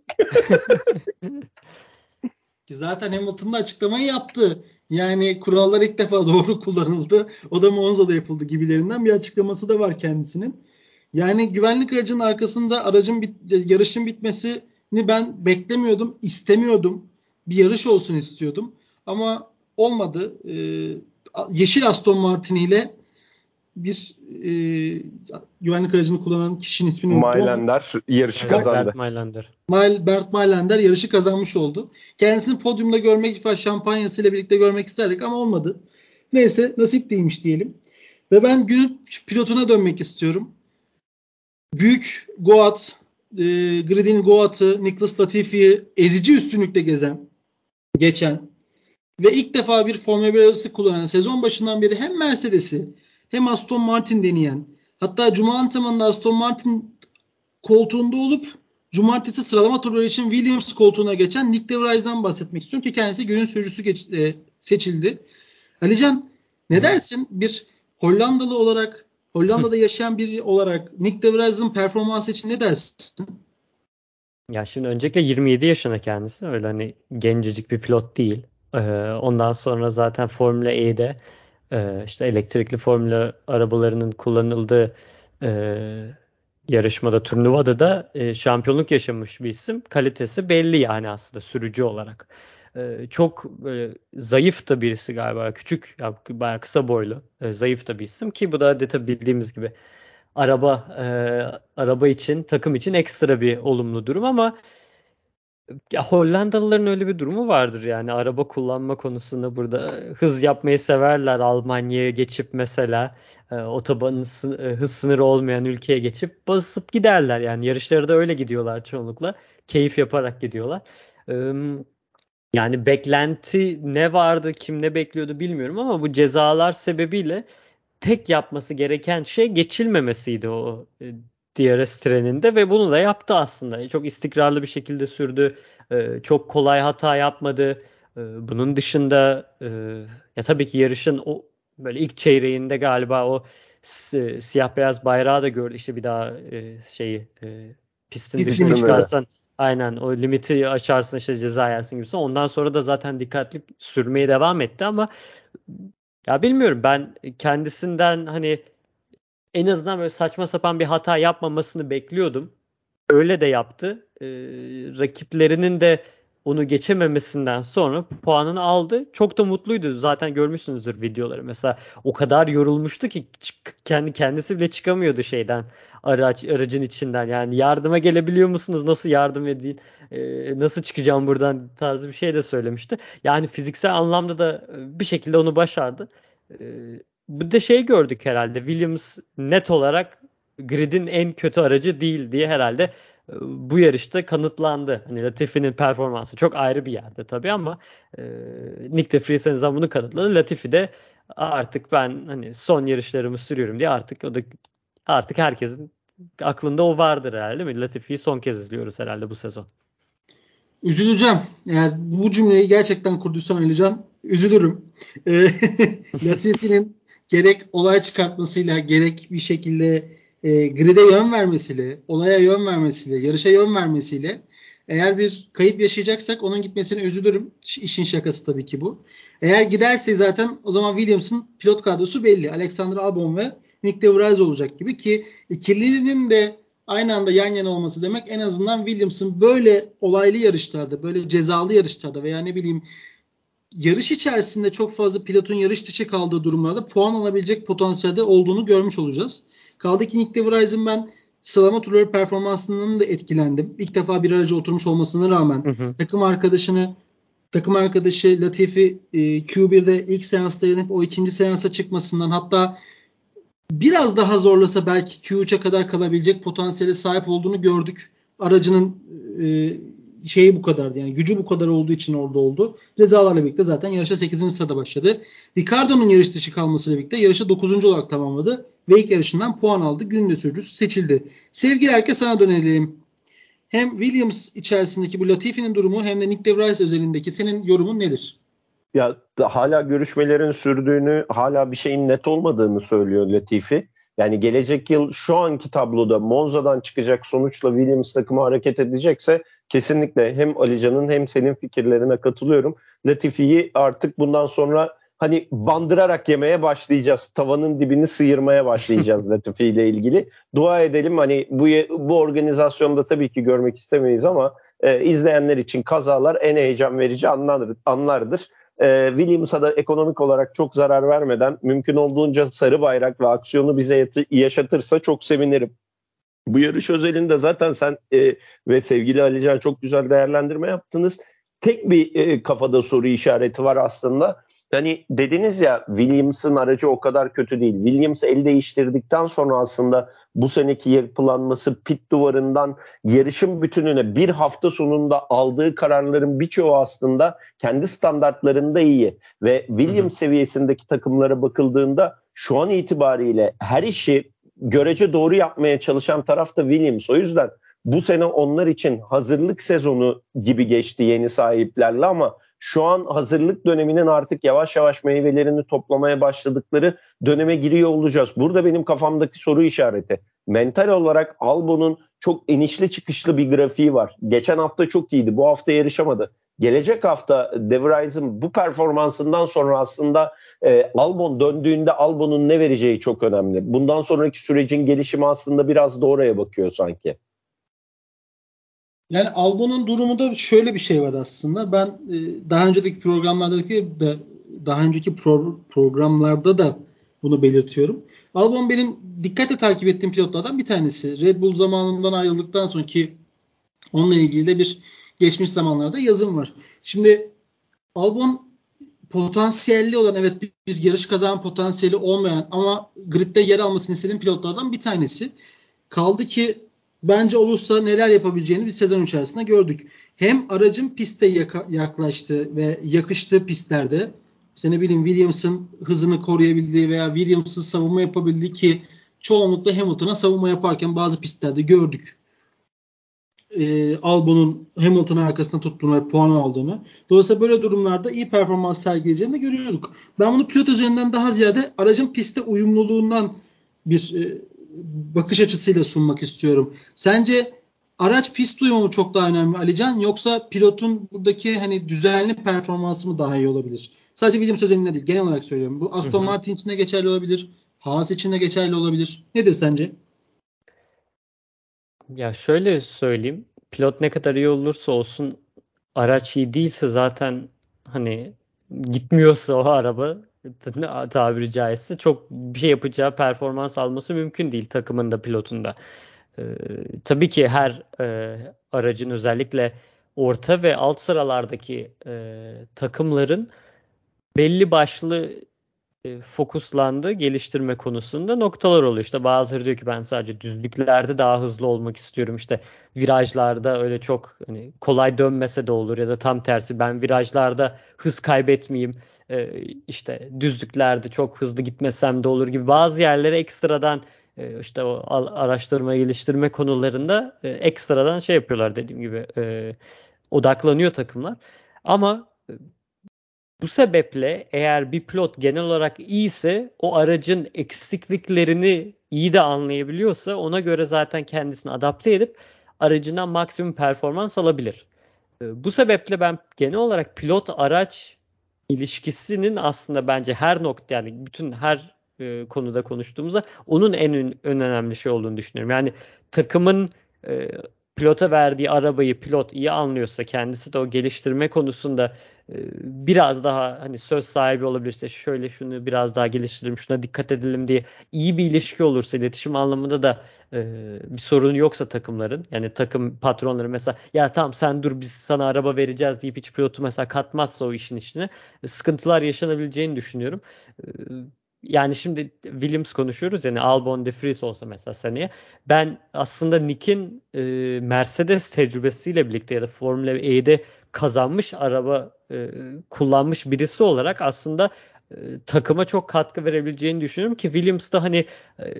Ki zaten Hamilton da açıklamayı yaptı. Yani kurallar ilk defa doğru kullanıldı. O da Monza'da yapıldı gibilerinden bir açıklaması da var kendisinin. Yani güvenlik aracının arkasında yarışın bitmesini ben beklemiyordum, istemiyordum. Bir yarış olsun istiyordum. Ama olmadı. Yeşil Aston Martin ile bir güvenlik aracını kullanan kişinin ismini unuttum ama Maylander yarışı kazandı. Bert Maylander. Bert Maylander yarışı kazanmış oldu. Kendisini podyumda görmek ve şampanyasıyla birlikte görmek isterdik ama olmadı. Neyse nasip değilmiş diyelim. Ve ben günün pilotuna dönmek istiyorum. Büyük Goat, Grid'in Goat'ı Nicholas Latifi'yi ezici üstünlükle geçen ve ilk defa bir Formula 1 arabası kullanan sezon başından beri hem Mercedes'i hem Aston Martin deneyen, hatta Cuma antrenmanında Aston Martin koltuğunda olup cumartesi sıralama turları için Williams koltuğuna geçen Nick de Vries'den bahsetmek istiyorum ki kendisi günün sürücüsü seçildi. Alican ne dersin? Bir Hollandalı olarak, Hollanda'da yaşayan biri olarak Nick de Vries'in performansı için ne dersin? Ya şimdi öncelikle 27 yaşında kendisi. Öyle hani gencecik bir pilot değil. Ondan sonra zaten Formula E'de işte elektrikli formula arabalarının kullanıldığı e, yarışmada, turnuvada da şampiyonluk yaşamış bir isim. Kalitesi belli yani aslında sürücü olarak. Çok böyle zayıf da birisi galiba. Küçük, ya, bayağı kısa boylu. Zayıf da bir isim ki bu da tabii bildiğimiz gibi araba için, takım için ekstra bir olumlu durum ama ya Hollandalıların öyle bir durumu vardır yani araba kullanma konusunda burada hız yapmayı severler. Almanya'ya geçip mesela otobanın hız sınırı olmayan ülkeye geçip basıp giderler. Yani yarışları da öyle gidiyorlar çoğunlukla. Keyif yaparak gidiyorlar. Eee, Yani beklenti ne vardı, kim ne bekliyordu bilmiyorum ama bu cezalar sebebiyle tek yapması gereken şey geçilmemesiydi o DRS treninde ve bunu da yaptı aslında. Çok istikrarlı bir şekilde sürdü. Çok kolay hata yapmadı. Bunun dışında ya tabii ki yarışın o böyle ilk çeyreğinde galiba o siyah beyaz bayrağı da gördü. İşte bir daha pistin Pist dışına finish. çıkarsan aynen o limiti aşarsın işte ceza yersin gibi. Ondan sonra da zaten dikkatli sürmeye devam etti ama ya bilmiyorum ben kendisinden hani en azından böyle saçma sapan bir hata yapmamasını bekliyordum. Öyle de yaptı. Rakiplerinin de onu geçememesinden sonra puanını aldı. Çok da mutluydu. Zaten görmüşsünüzdür videoları. Mesela o kadar yorulmuştu ki kendisi bile çıkamıyordu şeyden aracın içinden. Yani yardıma gelebiliyor musunuz? Nasıl yardım edeyim? Nasıl çıkacağım buradan tarzı bir şey de söylemişti. Yani fiziksel anlamda da bir şekilde onu başardı. Bu da şey gördük herhalde. Williams net olarak grid'in en kötü aracı değil diye herhalde bu yarışta kanıtlandı. Hani Latifi'nin performansı çok ayrı bir yerde tabii ama Nick de Vries en azından bunu kanıtladı. Latifi de artık ben hani son yarışlarımı sürüyorum diye artık herkesin aklında o vardır herhalde değil mi? Latifi'yi son kez izliyoruz herhalde bu sezon. Üzüleceğim. Eğer bu cümleyi gerçekten kurduysan Alican, üzülürüm. Latifi'nin gerek olay çıkartmasıyla gerek bir şekilde grid'e yön vermesiyle, olaya yön vermesiyle, yarışa yön vermesiyle eğer bir kayıp yaşayacaksak onun gitmesine üzülürüm. İşin şakası tabii ki bu. Eğer giderse zaten o zaman Williams'ın pilot kadrosu belli. Alexander Albon ve Nick de Vries olacak gibi ki ikilinin de aynı anda yan yana olması demek en azından Williams'ın böyle olaylı yarışlarda, böyle cezalı yarışlarda veya ne bileyim yarış içerisinde çok fazla pilotun yarış dışı kaldığı durumlarda puan alabilecek potansiyelde olduğunu görmüş olacağız. Kaldı ki Nick de Vries'in ben sıralama turları performansından da etkilendim. İlk defa bir araca oturmuş olmasına rağmen Hı hı. takım arkadaşı Latifi Q1'de ilk seansta yenip o ikinci seansa çıkmasından hatta biraz daha zorlasa belki Q3'e kadar kalabilecek potansiyele sahip olduğunu gördük. Aracının şeyi bu kadardı yani gücü bu kadar olduğu için orada oldu. Cezalarla birlikte zaten yarışa 8. sırada başladı. Ricardo'nun yarış dışı kalmasıyla birlikte yarışı 9. olarak tamamladı ve ilk yarışından puan aldı. Günün de sürücüsü seçildi. Sevgili Erke sana dönelim. Hem Williams içerisindeki bu Latifi'nin durumu hem de Nick de Vries özelindeki senin yorumun nedir? Ya hala görüşmelerin sürdüğünü, hala bir şeyin net olmadığını söylüyor Latifi. Yani gelecek yıl şu anki tabloda Monza'dan çıkacak sonuçla Williams takımı hareket edecekse kesinlikle hem Alican'ın hem senin fikirlerine katılıyorum. Latifi'yi artık bundan sonra hani bandırarak yemeye başlayacağız. Tavanın dibini sıyırmaya başlayacağız Latifi ile ilgili. Dua edelim hani bu organizasyonda tabii ki görmek istemeyiz ama izleyenler için kazalar en heyecan verici anlardır. Williams'a da ekonomik olarak çok zarar vermeden mümkün olduğunca sarı bayrak ve aksiyonu bize yaşatırsa çok sevinirim. Bu yarış özelinde zaten sen ve sevgili Alican çok güzel değerlendirme yaptınız. Tek bir kafada soru işareti var aslında. Hani dediniz ya Williams'ın aracı o kadar kötü değil. Williams el değiştirdikten sonra aslında bu seneki yapılanması pit duvarından yarışın bütününe bir hafta sonunda aldığı kararların birçoğu aslında kendi standartlarında iyi. Ve Williams seviyesindeki takımlara bakıldığında şu an itibariyle her işi görece doğru yapmaya çalışan taraf da Williams. O yüzden bu sene onlar için hazırlık sezonu gibi geçti yeni sahiplerle ama şu an hazırlık döneminin artık yavaş yavaş meyvelerini toplamaya başladıkları döneme giriyor olacağız. Burada benim kafamdaki soru işareti. mental olarak Albon'un çok inişli çıkışlı bir grafiği var. Geçen hafta çok iyiydi. Bu hafta yarışamadı. Gelecek hafta De Vries'in bu performansından sonra aslında Albon döndüğünde Albon'un ne vereceği çok önemli. Bundan sonraki sürecin gelişimi aslında biraz da oraya bakıyor sanki. Yani Albon'un durumunda şöyle bir şey var aslında. Ben daha önceki programlarda da bunu belirtiyorum. Albon benim dikkatle takip ettiğim pilotlardan bir tanesi. Red Bull zamanından ayrıldıktan sonraki onunla ilgili de bir geçmiş zamanlarda yazım var. Şimdi Albon potansiyelli olan, evet, bir yarış kazan potansiyeli olmayan ama gridde yer almasını istediğim pilotlardan bir tanesi. Kaldı ki bence olursa neler yapabileceğini bir sezon içerisinde gördük. Hem aracın piste yaklaştığı ve yakıştığı pistlerde, işte ne bileyim, Williams'ın hızını koruyabildiği veya Williams'ın savunma yapabildiği, ki çoğunlukla Hamilton'a savunma yaparken bazı pistlerde gördük. Albon'un Hamilton'ın arkasında tuttuğunu ve puan aldığını. Dolayısıyla böyle durumlarda iyi performans sergileyeceğini de görüyorduk. Ben bunu pilot üzerinden daha ziyade aracın piste uyumluluğundan bir bakış açısıyla sunmak istiyorum. Sence araç pist uyumu çok daha önemli Alican, yoksa pilotun buradaki hani düzenli performansı mı daha iyi olabilir? Sadece Williams özelinde değil, genel olarak söylüyorum. Bu Aston Martin için de geçerli olabilir. Haas için de geçerli olabilir. Nedir sence? Ya şöyle söyleyeyim. Pilot ne kadar iyi olursa olsun araç iyi değilse zaten hani gitmiyorsa o araba tabiri caizse çok bir şey yapacağı performans alması mümkün değil takımın da pilotun da. Ee, tabii ki her aracın özellikle orta ve alt sıralardaki takımların belli başlı fokuslandığı geliştirme konusunda noktalar oluyor. İşte bazıları diyor ki ben sadece düzlüklerde daha hızlı olmak istiyorum. İşte virajlarda öyle çok hani kolay dönmese de olur, ya da tam tersi ben virajlarda hız kaybetmeyeyim. İşte düzlüklerde çok hızlı gitmesem de olur gibi bazı yerlere ekstradan işte o araştırma geliştirme konularında ekstradan şey yapıyorlar, dediğim gibi odaklanıyor takımlar. Ama bu sebeple eğer bir pilot genel olarak iyiyse, o aracın eksikliklerini iyi de anlayabiliyorsa, ona göre zaten kendisini adapte edip aracından maksimum performans alabilir. Bu sebeple ben genel olarak pilot araç ilişkisinin aslında bence her nokta, yani bütün her konuda konuştuğumuzda onun en önemli şey olduğunu düşünüyorum. Yani takımın e, pilota verdiği arabayı pilot iyi anlıyorsa, kendisi de o geliştirme konusunda biraz daha hani söz sahibi olabilirse, şöyle şunu biraz daha geliştirelim, şuna dikkat edelim diye iyi bir ilişki olursa, iletişim anlamında da bir sorun yoksa takımların, yani takım patronları mesela ya tamam sen dur biz sana araba vereceğiz deyip hiç pilotu mesela katmazsa o işin içine, sıkıntılar yaşanabileceğini düşünüyorum. E, Yani şimdi Williams konuşuyoruz, yani Albon, De Vries olsa mesela seneye, ben aslında Nick'in Mercedes tecrübesiyle birlikte ya da Formula E'de kazanmış araba kullanmış birisi olarak aslında takıma çok katkı verebileceğini düşünüyorum ki Williams da hani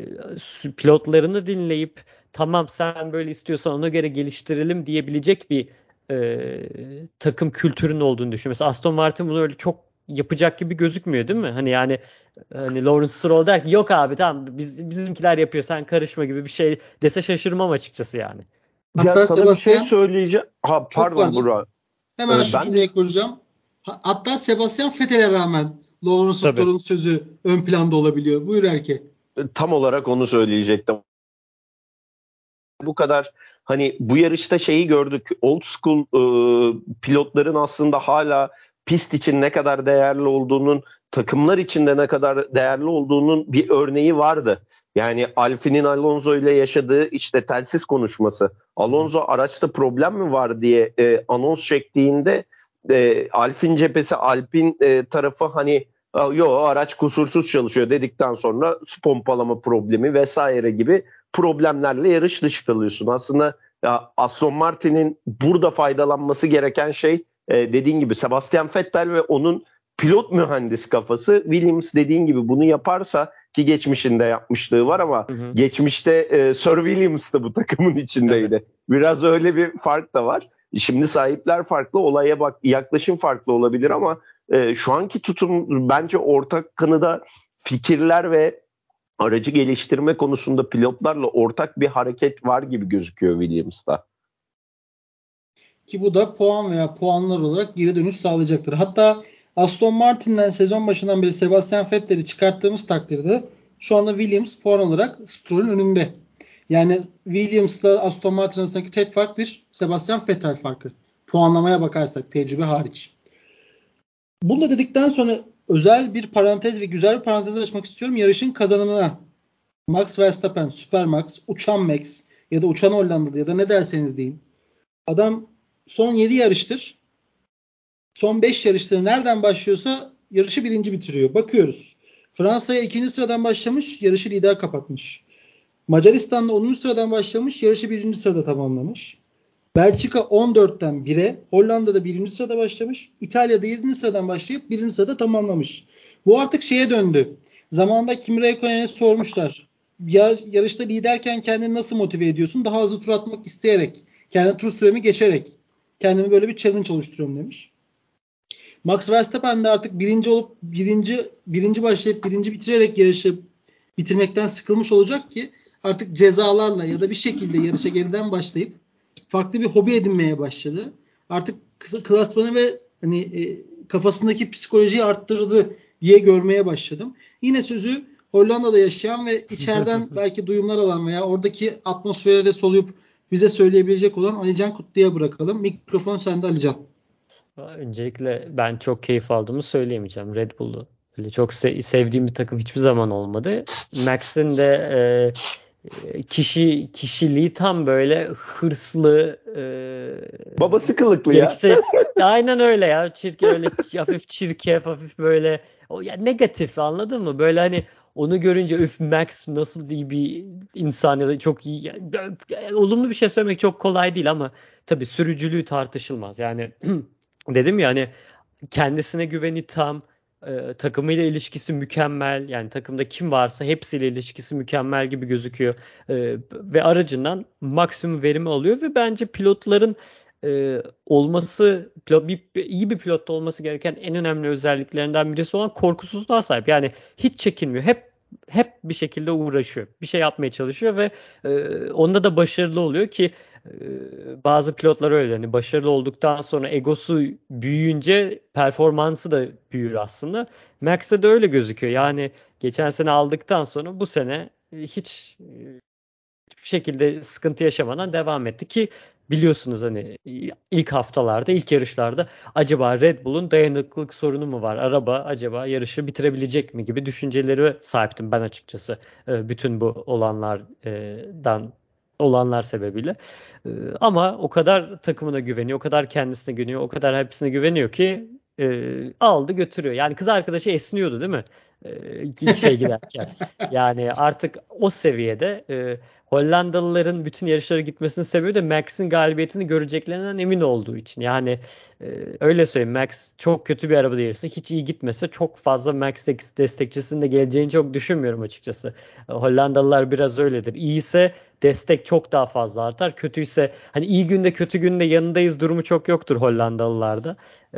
pilotlarını dinleyip tamam sen böyle istiyorsan ona göre geliştirelim diyebilecek bir takım kültürünün olduğunu düşünüyorum. Mesela Aston Martin bunu öyle çok yapacak gibi gözükmüyor, değil mi? Hani Lawrence Stroll der ki yok abi tamam bizimkiler yapıyor sen karışma gibi bir şey dese şaşırmam açıkçası yani. Ya Hatta sana bir şey Sebastian, söyleyeceğim. Ha çok pardon pardon, Burak. hemen şu Ben cümleyi kuracağım. Hatta Sebastian Vettel'e rağmen Lawrence Tabii. Stroll'un sözü ön planda olabiliyor. Buyur Erke. tam olarak onu söyleyecektim. Bu kadar hani bu yarışta şeyi gördük. Old school pilotların aslında hala pist için ne kadar değerli olduğunun, takımlar içinde ne kadar değerli olduğunun bir örneği vardı. Yani Alfine'in Alonso ile yaşadığı işte telsiz konuşması. Alonso araçta problem mi var diye anons çektiğinde Alpine cephesi, Alpine tarafı hani yo araç kusursuz çalışıyor dedikten sonra su pompalama problemi vesaire gibi problemlerle yarış dışı kalıyorsun. Aslında ya Aston Martin'in burada faydalanması gereken şey dediğin gibi Sebastian Vettel ve onun pilot mühendis kafası. Williams dediğin gibi bunu yaparsa, ki geçmişinde yapmışlığı var ama geçmişte Sir Williams da bu takımın içindeydi. Tabii. Biraz öyle bir fark da var. Şimdi sahipler farklı, olaya bak yaklaşım farklı olabilir ama şu anki tutum bence ortak kanıda fikirler ve aracı geliştirme konusunda pilotlarla ortak bir hareket var gibi gözüküyor Williams'ta. Ki bu da puan veya puanlar olarak geri dönüş sağlayacaktır. Hatta Aston Martin'den sezon başından beri Sebastian Vettel'i çıkarttığımız takdirde şu anda Williams puan olarak Stroll'ün önünde. Yani Williams'la Aston Martin arasındaki tek fark bir Sebastian Vettel farkı. Puanlamaya bakarsak tecrübe hariç. Bunu da dedikten sonra özel bir parantez ve güzel bir parantez açmak istiyorum. Yarışın kazananına Max Verstappen, Super Max, Uçan Max ya da Uçan Hollandalı ya da ne derseniz deyin. Adam son 7 yarıştır, son 5 yarıştır nereden başlıyorsa yarışı birinci bitiriyor. Bakıyoruz. Fransa'ya 2. sıradan başlamış, yarışı lider kapatmış. Macaristan'da 10. sıradan başlamış, yarışı 1. sırada tamamlamış. Belçika 14'ten 1'e, Hollanda'da 1. sırada başlamış, İtalya'da 7. sıradan başlayıp 1. sırada tamamlamış. Bu artık şeye döndü. Zamanında Kimi Räikkönen'e sormuşlar. Yarışta liderken kendini nasıl motive ediyorsun? Daha hızlı tur atmak isteyerek, kendi tur süremi geçerek. Kendimi böyle bir challenge oluşturuyorum demiş. Max Verstappen de artık birinci başlayıp birinci bitirerek yarışı bitirmekten sıkılmış olacak ki artık cezalarla ya da bir şekilde yarışa geriden başlayıp farklı bir hobi edinmeye başladı. Artık klasmanı ve kafasındaki psikolojiyi arttırdı diye görmeye başladım. Yine sözü Hollanda'da yaşayan ve içeriden belki duyumlar alan veya oradaki atmosfere de soluyup bize söyleyebilecek olan Alican Kutlu'ya bırakalım. Mikrofon sende Alican. Öncelikle ben çok keyif aldığımı söyleyemeyeceğim Red Bull'u. Öyle çok sevdiğim bir takım hiçbir zaman olmadı. Max'in de kişiliği tam böyle hırslı, Babası kılıklı ya. gerekse aynen öyle ya. Öyle hafif çirkef, hafif böyle ya negatif, anladın mı? Böyle hani onu görünce üf, Max nasıl iyi bir insan ya da çok iyi. Olumlu bir şey söylemek çok kolay değil ama tabii sürücülüğü tartışılmaz. Yani dedim ya hani kendisine güveni tam, takımıyla ilişkisi mükemmel. Yani takımda kim varsa hepsiyle ilişkisi mükemmel gibi gözüküyor. Ve aracından maksimum verimi alıyor ve bence pilotların iyi bir pilotta olması gereken en önemli özelliklerinden birisi olan korkusuzluğa sahip. Yani hiç çekinmiyor. Hep bir şekilde uğraşıyor. Bir şey yapmaya çalışıyor ve onda da başarılı oluyor ki bazı pilotlar öyle. Hani başarılı olduktan sonra egosu büyüyünce performansı da büyür aslında. Max'te de öyle gözüküyor. Yani geçen sene aldıktan sonra bu sene hiçbir şekilde sıkıntı yaşamadan devam etti ki biliyorsunuz hani ilk haftalarda, ilk yarışlarda acaba Red Bull'un dayanıklılık sorunu mu var? Araba acaba yarışı bitirebilecek mi gibi düşünceleri sahiptim ben açıkçası. Bütün bu olanlar sebebiyle. Ama o kadar takımına güveniyor, o kadar kendisine güveniyor, o kadar hepsine güveniyor ki aldı götürüyor. Yani kız arkadaşı esniyordu değil mi? Giderken. Yani artık o seviyede Hollandalıların bütün yarışlara gitmesinin sebebi de Max'in galibiyetini göreceklerinden emin olduğu için. Yani öyle söyleyeyim, Max çok kötü bir araba değilse, hiç iyi gitmese çok fazla Max destekçisinin de geleceğini çok düşünmüyorum açıkçası. Hollandalılar biraz öyledir. İyiyse destek çok daha fazla artar. Kötüyse hani iyi günde kötü günde yanındayız durumu çok yoktur Hollandalılarda.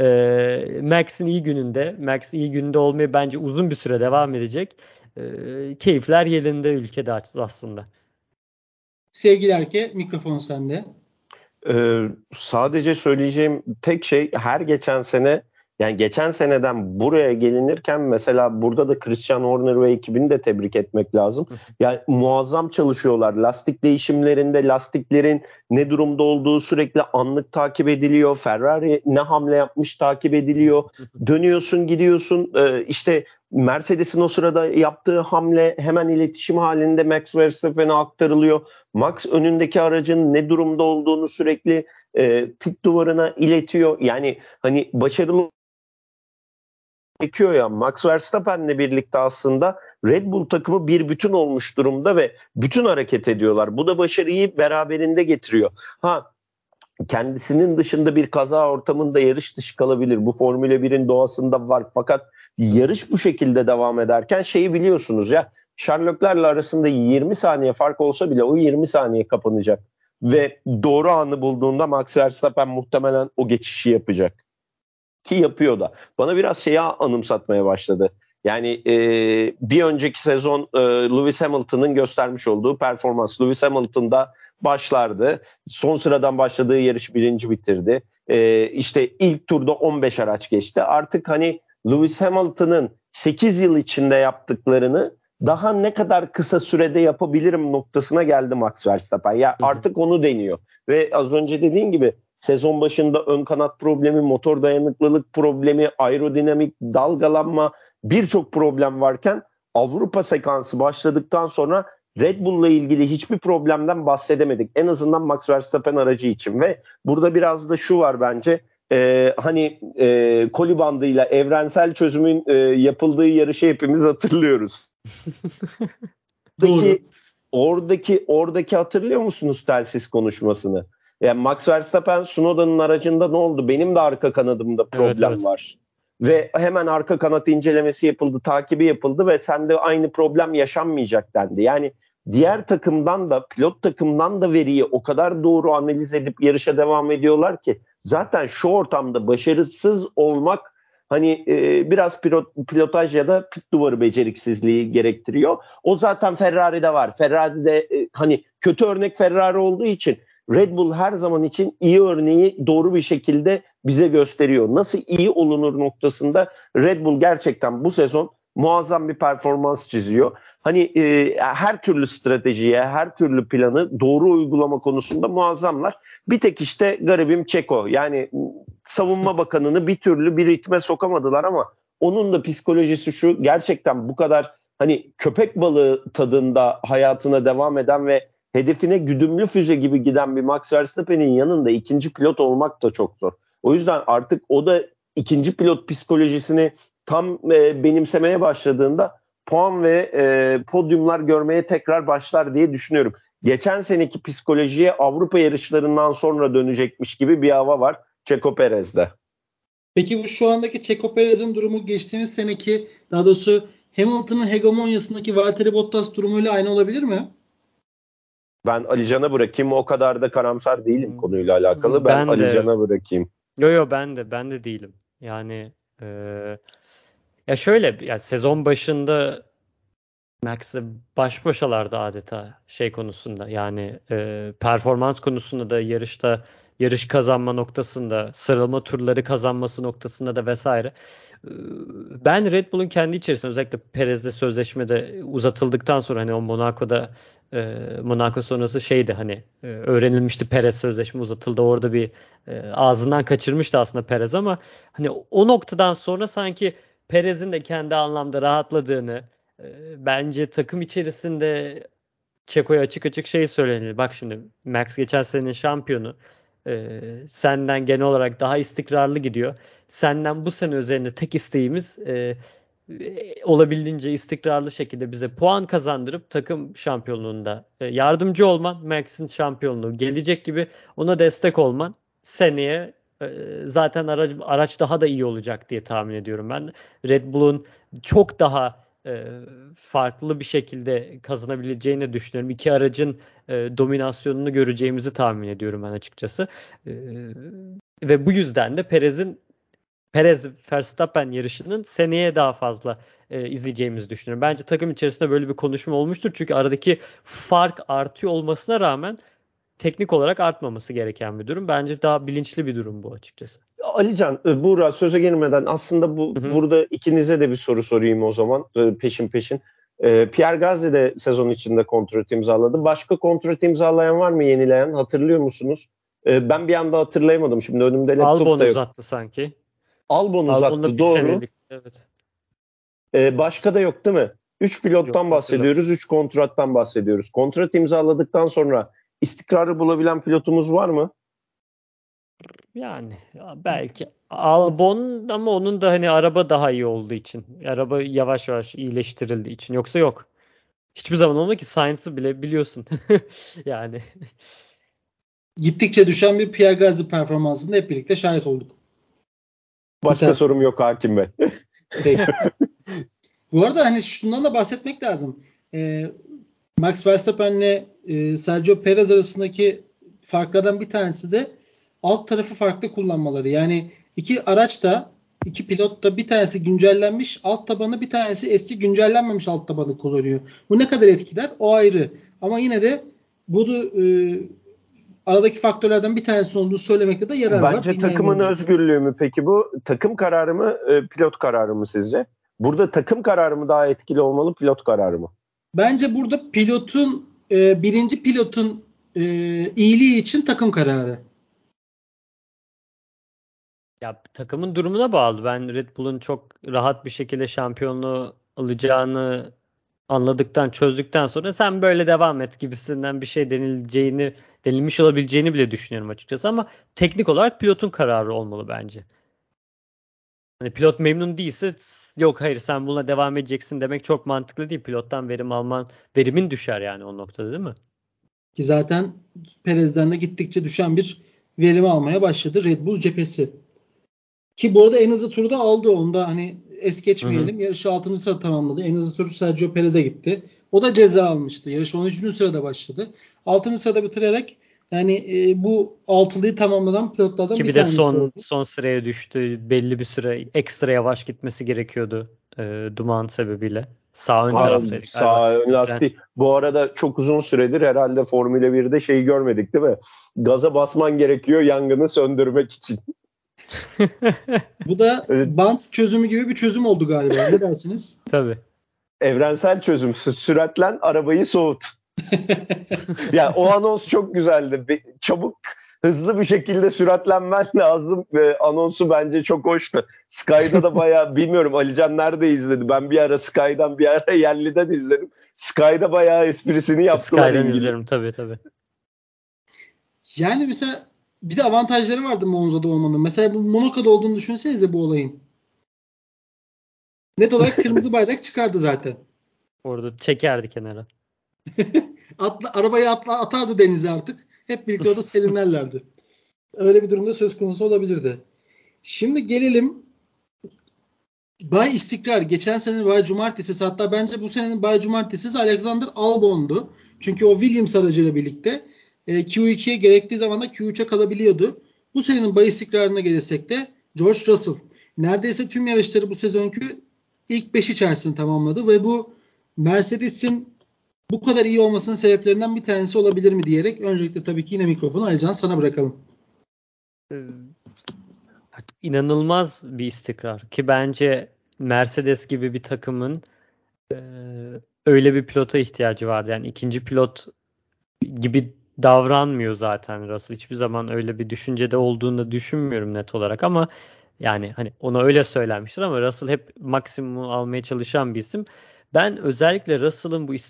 Max iyi gününde olmayı bence uzun bir süre devam edecek. Keyifler yerinde ülkede aslında. Sevgili Erke, mikrofon sende. Sadece söyleyeceğim tek şey, her geçen sene, yani geçen seneden buraya gelinirken mesela burada da Christian Horner ve ekibini de tebrik etmek lazım. Yani muazzam çalışıyorlar. Lastik değişimlerinde lastiklerin ne durumda olduğu sürekli anlık takip ediliyor. Ferrari ne hamle yapmış takip ediliyor. Dönüyorsun gidiyorsun, işte Mercedes'in o sırada yaptığı hamle hemen iletişim halinde Max Verstappen'e aktarılıyor. Max önündeki aracın ne durumda olduğunu sürekli pit duvarına iletiyor. Yani hani başarılı gerekiyor ya. Max Verstappen'le birlikte aslında Red Bull takımı bir bütün olmuş durumda ve bütün hareket ediyorlar. Bu da başarıyı beraberinde getiriyor. Kendisinin dışında bir kaza ortamında yarış dışı kalabilir. Bu Formula 1'in doğasında var. Fakat yarış bu şekilde devam ederken şeyi biliyorsunuz ya, Sherlock'larla arasında 20 saniye fark olsa bile o 20 saniye kapanacak. Ve doğru anı bulduğunda Max Verstappen muhtemelen o geçişi yapacak. Ki yapıyor da. Bana biraz şeyi anımsatmaya başladı. Yani bir önceki sezon Lewis Hamilton'ın göstermiş olduğu performans. Lewis Hamilton'da başlardı. Son sıradan başladığı yarışı birinci bitirdi. İşte ilk turda 15 araç geçti. Artık hani Lewis Hamilton'ın 8 yıl içinde yaptıklarını daha ne kadar kısa sürede yapabilirim noktasına geldi Max Verstappen. Ya artık onu deniyor. Ve az önce dediğin gibi sezon başında ön kanat problemi, motor dayanıklılık problemi, aerodinamik dalgalanma, birçok problem varken Avrupa sekansı başladıktan sonra Red Bull'la ilgili hiçbir problemden bahsedemedik. En azından Max Verstappen aracı için. Ve burada biraz da şu var bence. Koli bandıyla evrensel çözümün yapıldığı yarışı hepimiz hatırlıyoruz. Doğru. Oradaki hatırlıyor musunuz telsiz konuşmasını? Yani Max Verstappen Tsunoda'nın aracında ne oldu? Benim de arka kanadımda problem var. Ve hemen arka kanat incelemesi yapıldı, takibi yapıldı ve sende aynı problem yaşanmayacak dendi. Yani diğer takımdan da, pilot takımdan da veriyi o kadar doğru analiz edip yarışa devam ediyorlar ki zaten şu ortamda başarısız olmak hani biraz pilotaj ya da pit duvarı beceriksizliği gerektiriyor. O zaten Ferrari'de var. Ferrari'de hani kötü örnek Ferrari olduğu için Red Bull her zaman için iyi örneği doğru bir şekilde bize gösteriyor. Nasıl iyi olunur noktasında Red Bull gerçekten bu sezon muazzam bir performans çiziyor. Hani her türlü stratejiye, her türlü planı doğru uygulama konusunda muazzamlar. Bir tek işte garibim Çeko. Yani savunma bakanını bir türlü bir ritme sokamadılar ama onun da psikolojisi şu, gerçekten bu kadar hani köpek balığı tadında hayatına devam eden ve hedefine güdümlü füze gibi giden bir Max Verstappen'in yanında ikinci pilot olmak da çok zor. O yüzden artık o da ikinci pilot psikolojisini tam benimsemeye başladığında puan ve podyumlar görmeye tekrar başlar diye düşünüyorum. Geçen seneki psikolojiye Avrupa yarışlarından sonra dönecekmiş gibi bir hava var Checo Perez'de. Peki bu şu andaki Checo Perez'in durumu geçtiğimiz seneki, daha doğrusu Hamilton'ın hegemonyasındaki Valtteri Bottas durumuyla aynı olabilir mi? Ben Ali Can'a bırakayım. O kadar da karamsar değilim konuyla alakalı. Ben Ali Can'a bırakayım. Ben de değilim. Yani ya şöyle, ya sezon başında Max'le baş başalardı adeta şey konusunda. Yani performans konusunda da, yarış kazanma noktasında, sıralama turları kazanması noktasında da vesaire. Ben Red Bull'un kendi içerisinde, özellikle Perez'le sözleşmede uzatıldıktan sonra, hani o Monaco sonrası şeydi, hani öğrenilmişti, Perez sözleşme uzatıldı, orada bir ağzından kaçırmıştı aslında Perez, ama hani o noktadan sonra sanki Perez'in de kendi anlamda rahatladığını, bence takım içerisinde Çeko'ya açık açık şey söylenir. Bak şimdi, Max geçen senenin şampiyonu. Senden genel olarak daha istikrarlı gidiyor. Senden bu sene üzerinde tek isteğimiz olabildiğince istikrarlı şekilde bize puan kazandırıp takım şampiyonluğunda yardımcı olman, Max'in şampiyonluğu gelecek gibi ona destek olman. Seneye zaten araç daha da iyi olacak diye tahmin ediyorum ben. Red Bull'un çok daha farklı bir şekilde kazanabileceğini düşünüyorum. İki aracın dominasyonunu göreceğimizi tahmin ediyorum ben açıkçası. Ve bu yüzden de Perez Verstappen yarışının seneye daha fazla izleyeceğimizi düşünüyorum. Bence takım içerisinde böyle bir konuşma olmuştur. Çünkü aradaki fark artıyor olmasına rağmen teknik olarak artmaması gereken bir durum. Bence daha bilinçli bir durum bu açıkçası. Alican, Buğra, söze girmeden aslında burada ikinize de bir soru sorayım o zaman peşin peşin. Pierre Gasly de sezon içinde kontrat imzaladı. Başka kontrat imzalayan var mı, yenileyen? Hatırlıyor musunuz? Ben bir anda hatırlayamadım. Şimdi önümde laptop Albon da yok. uzattı sanki. Albon uzattı, doğru. Senelik, evet. Başka da yok değil mi? 3 pilottan bahsediyoruz, 3 kontrattan bahsediyoruz. Kontrat imzaladıktan sonra istikrarı bulabilen pilotumuz var mı? Yani belki Albon, ama onun da hani araba daha iyi olduğu için. Araba yavaş yavaş iyileştirildiği için. Yoksa yok. Hiçbir zaman olmadı ki, Sainz'ı bile biliyorsun. Yani. Gittikçe düşen bir Pierre Gasly performansında hep birlikte şahit olduk. Başka sorum yok Hakim Bey. Peki. Bu arada hani şundan da bahsetmek lazım. Max Verstappen'le Sergio Perez arasındaki farklardan bir tanesi de alt tarafı farklı kullanmaları. Yani iki araç da İki pilot da bir tanesi güncellenmiş alt tabanı, bir tanesi eski güncellenmemiş alt tabanı kullanıyor. Bu ne kadar etkiler? O ayrı. Ama yine de bu da aradaki faktörlerden bir tanesi olduğunu söylemekte de yarar var. Bence takımın özgürlüğü mü peki bu? Takım kararı mı, pilot kararı mı sizce? Burada takım kararı mı daha etkili olmalı, pilot kararı mı? Bence burada birinci pilotun iyiliği için takım kararı. Ya takımın durumuna bağlı. Ben Red Bull'un çok rahat bir şekilde şampiyonluğu alacağını çözdükten sonra sen böyle devam et gibisinden bir şey denilmiş olabileceğini bile düşünüyorum açıkçası, ama teknik olarak pilotun kararı olmalı bence. Hani pilot memnun değilse yok hayır sen buna devam edeceksin demek çok mantıklı değil. Pilottan verimin düşer yani o noktada, değil mi? Ki zaten Perez'den de gittikçe düşen bir verimi almaya başladı Red Bull cephesi. Ki bu arada en hızlı turu da aldı. Onda hani es geçmeyelim. Yarışı 6. sırada tamamladı. En hızlı tur Sergio Perez'e gitti. O da ceza almıştı. Yarış 13. sırada başladı. 6. sırada bitirerek yani bu altılıyı tamamladan pilotlardan Ki bir bir de tanesi oldu. son sıraya düştü. Belli bir süre ekstra yavaş gitmesi gerekiyordu duman sebebiyle. Sağ ön taraftaydı galiba. Sağ ön lastiği. Bu arada çok uzun süredir herhalde Formula 1'de şeyi görmedik değil mi? Gaza basman gerekiyor yangını söndürmek için. Bu da Evet. bant çözümü gibi bir çözüm oldu galiba. Ne dersiniz? Tabii. Evrensel çözüm. Süratlen arabayı soğut. Ya o anons çok güzeldi. Çabuk, hızlı bir şekilde süratlenmen lazım ve anonsu bence çok hoştu. Sky'da da bayağı, bilmiyorum Alican nerede izledi? Ben bir ara Sky'dan bir ara Yerli'den izledim. Sky'da bayağı esprisini yaptılar Sky'den İngiliz. izlerim tabii. Yani mesela bir de avantajları vardı Monza'da olmanın. Mesela bu Monaco'da olduğunu düşünsenize bu olayın. Net olarak kırmızı bayrak çıkardı zaten. Orada çekerdi kenara. Arabayı atardı denize artık. Hep birlikte orada serinlerlerdi. Öyle bir durumda söz konusu olabilirdi. Şimdi gelelim Bay İstikrar. Geçen sene Bay Cumartesi, hatta bence bu senenin Bay Cumartesi Alexander Albon'du. Çünkü o Williams aracıyla birlikte Q2'ye gerektiği zaman da Q3'e kalabiliyordu. Bu senenin Bay İstikrar'ına gelirsek de George Russell. Neredeyse tüm yarışları bu sezonki ilk 5 içerisinde tamamladı ve bu Mercedes'in bu kadar iyi olmasının sebeplerinden bir tanesi olabilir mi diyerek öncelikle tabii ki yine mikrofonu Alican sana bırakalım. İnanılmaz bir istikrar ki bence Mercedes gibi bir takımın e, öyle bir pilota ihtiyacı vardı. Yani ikinci pilot gibi davranmıyor zaten Russell. Hiçbir zaman öyle bir düşüncede olduğunu da düşünmüyorum net olarak, ama yani hani ona öyle söylenmiştir, ama Russell hep maksimumu almaya çalışan bir isim. Ben özellikle Russell'ın bu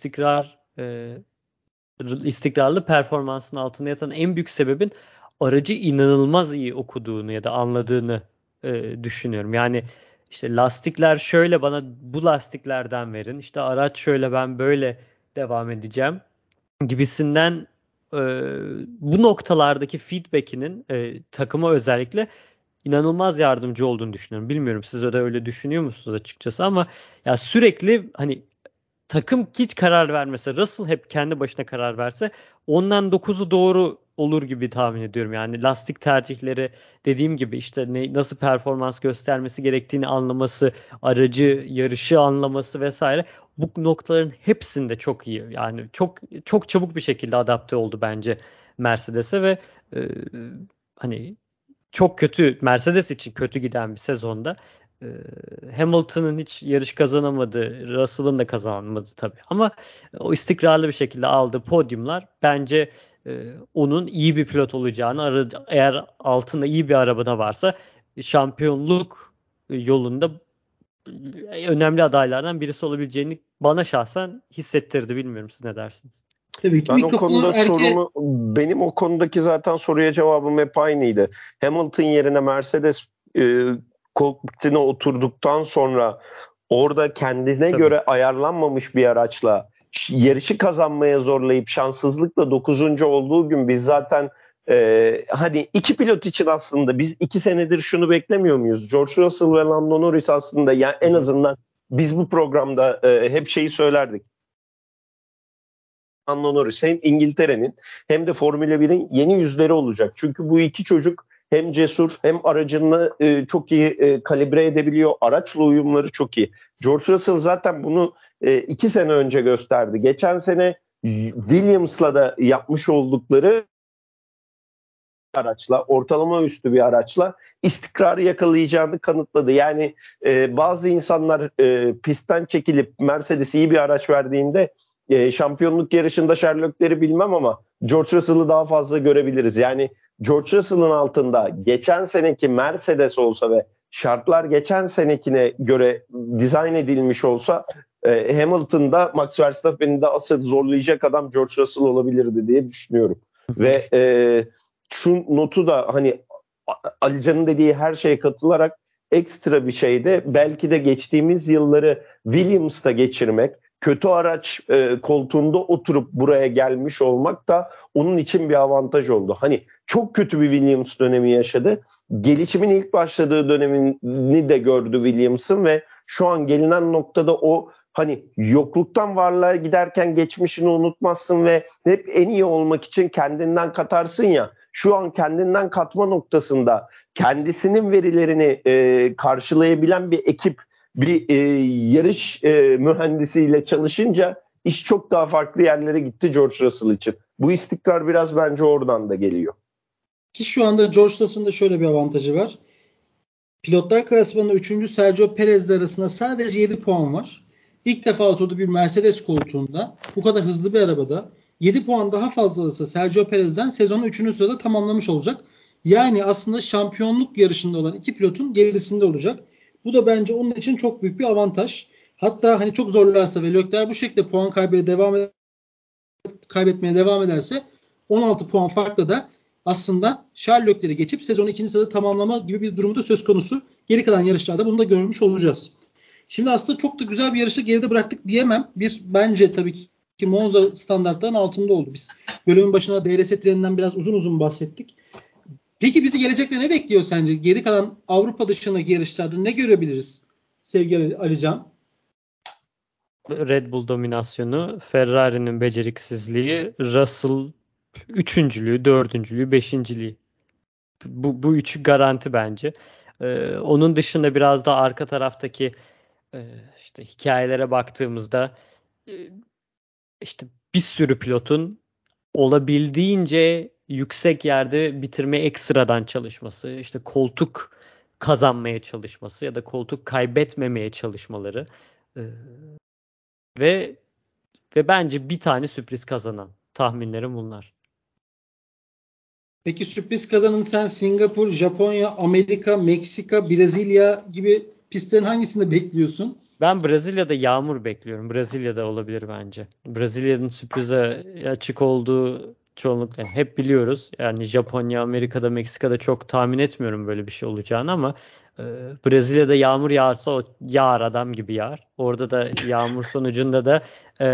istikrarlı performansının altında yatan en büyük sebebin aracı inanılmaz iyi okuduğunu ya da anladığını düşünüyorum. Yani işte lastikler şöyle, bana bu lastiklerden verin. İşte araç şöyle, ben böyle devam edeceğim gibisinden e, bu noktalardaki feedback'inin takıma özellikle inanılmaz yardımcı olduğunu düşünüyorum. Bilmiyorum siz de öyle düşünüyor musunuz açıkçası, ama ya sürekli hani takım hiç karar vermese, Russell hep kendi başına karar verse ondan 9'u doğru olur gibi tahmin ediyorum. Yani lastik tercihleri, dediğim gibi işte nasıl performans göstermesi gerektiğini anlaması, aracı, yarışı anlaması vesaire, bu noktaların hepsinde çok iyi. Yani çok çok çabuk bir şekilde adapte oldu bence Mercedes'e ve e, hani çok kötü, Mercedes için kötü giden bir sezonda e, Hamilton'ın hiç yarış kazanamadı, Russell'ın da kazanamadı tabii. Ama o istikrarlı bir şekilde aldığı podyumlar bence onun iyi bir pilot olacağını, eğer altında iyi bir arabada varsa şampiyonluk yolunda önemli adaylardan birisi olabileceğini bana şahsen hissettirdi. Bilmiyorum siz ne dersiniz? Tabii ki Ben o mikrofonu konuda benim o konudaki zaten soruya cevabım hep aynıydı. Hamilton yerine Mercedes kokpitine oturduktan sonra orada kendine Tabii. göre ayarlanmamış bir araçla yarışı kazanmaya zorlayıp şanssızlıkla 9. olduğu gün biz zaten hani iki pilot için aslında biz 2 senedir şunu beklemiyor muyuz? George Russell ve Lando Norris aslında, yani en azından biz bu programda hep şeyi söylerdik. Lando Norris hem İngiltere'nin hem de Formula 1'in yeni yüzleri olacak. Çünkü bu iki çocuk hem cesur hem aracını çok iyi kalibre edebiliyor. Araçla uyumları çok iyi. George Russell zaten bunu 2 sene önce gösterdi. Geçen sene Williams'la da yapmış oldukları araçla, ortalama üstü bir araçla istikrarı yakalayacağını kanıtladı. Yani bazı insanlar pistten çekilip Mercedes iyi bir araç verdiğinde şampiyonluk yarışında Sherlock'leri bilmem ama George Russell'ı daha fazla görebiliriz. Yani George Russell'ın altında geçen seneki Mercedes olsa ve şartlar geçen senekine göre dizayn edilmiş olsa Hamilton'da Max Verstappen'i de asıl zorlayacak adam George Russell olabilirdi diye düşünüyorum. Ve şu notu da hani Alican'ın dediği her şeye katılarak ekstra bir şey de belki de geçtiğimiz yılları Williams'ta geçirmek, kötü araç koltuğunda oturup buraya gelmiş olmak da onun için bir avantaj oldu. Hani çok kötü bir Williams dönemi yaşadı. Gelişimin ilk başladığı dönemini de gördü Williams'ın ve şu an gelinen noktada o hani yokluktan varlığa giderken geçmişini unutmazsın ve hep en iyi olmak için kendinden katarsın ya. Şu an kendinden katma noktasında kendisinin verilerini karşılayabilen bir ekip, bir yarış mühendisiyle çalışınca iş çok daha farklı yerlere gitti George Russell için. Bu istikrar biraz bence oradan da geliyor. Ki şu anda George Russell'ın da şöyle bir avantajı var. Pilotlar klasmanında 3. Sergio Perez'le arasında sadece 7 puan var. İlk defa oturduğu bir Mercedes koltuğunda bu kadar hızlı bir arabada 7 puan daha fazla alırsa Sergio Perez'den sezonu 3. sırada tamamlamış olacak. Yani aslında şampiyonluk yarışında olan iki pilotun gerisinde olacak. Bu da bence onun için çok büyük bir avantaj. Hatta hani çok zorlarsa ve Leclerc bu şekilde puan kaybetmeye devam ederse 16 puan farkla da aslında Sherlock'leri geçip sezonu 2. sırada tamamlama gibi bir durumu da söz konusu. Geri kalan yarışlarda bunu da görmüş olacağız. Şimdi aslında çok da güzel bir yarışı geride bıraktık diyemem. Bence tabii ki Monza standartlarının altında oldu. Biz bölümün başına DRS treninden biraz uzun uzun bahsettik. Peki bizi gelecekte ne bekliyor sence? Geri kalan Avrupa dışındaki yarışlarda ne görebiliriz sevgili Alican? Red Bull dominasyonu, Ferrari'nin beceriksizliği, Russell üçüncülüğü, dördüncülüğü, beşinciliği. Bu üçü garanti bence. Onun dışında biraz da arka taraftaki işte hikayelere baktığımızda işte bir sürü pilotun olabildiğince yüksek yerde bitirme ekstradan çalışması, işte koltuk kazanmaya çalışması ya da koltuk kaybetmemeye çalışmaları ve bence bir tane sürpriz kazanan tahminlerim bunlar. Peki sürpriz kazanın sen Singapur, Japonya, Amerika, Meksika, Brezilya gibi pistlerin hangisinde bekliyorsun? Ben Brezilya'da yağmur bekliyorum. Brezilya'da olabilir bence. Brezilya'nın sürprize açık olduğu çoğunlukla hep biliyoruz. Yani Japonya, Amerika'da, Meksika'da çok tahmin etmiyorum böyle bir şey olacağını ama Brezilya'da yağmur yağarsa o yağar adam gibi yağar. Orada da yağmur sonucunda da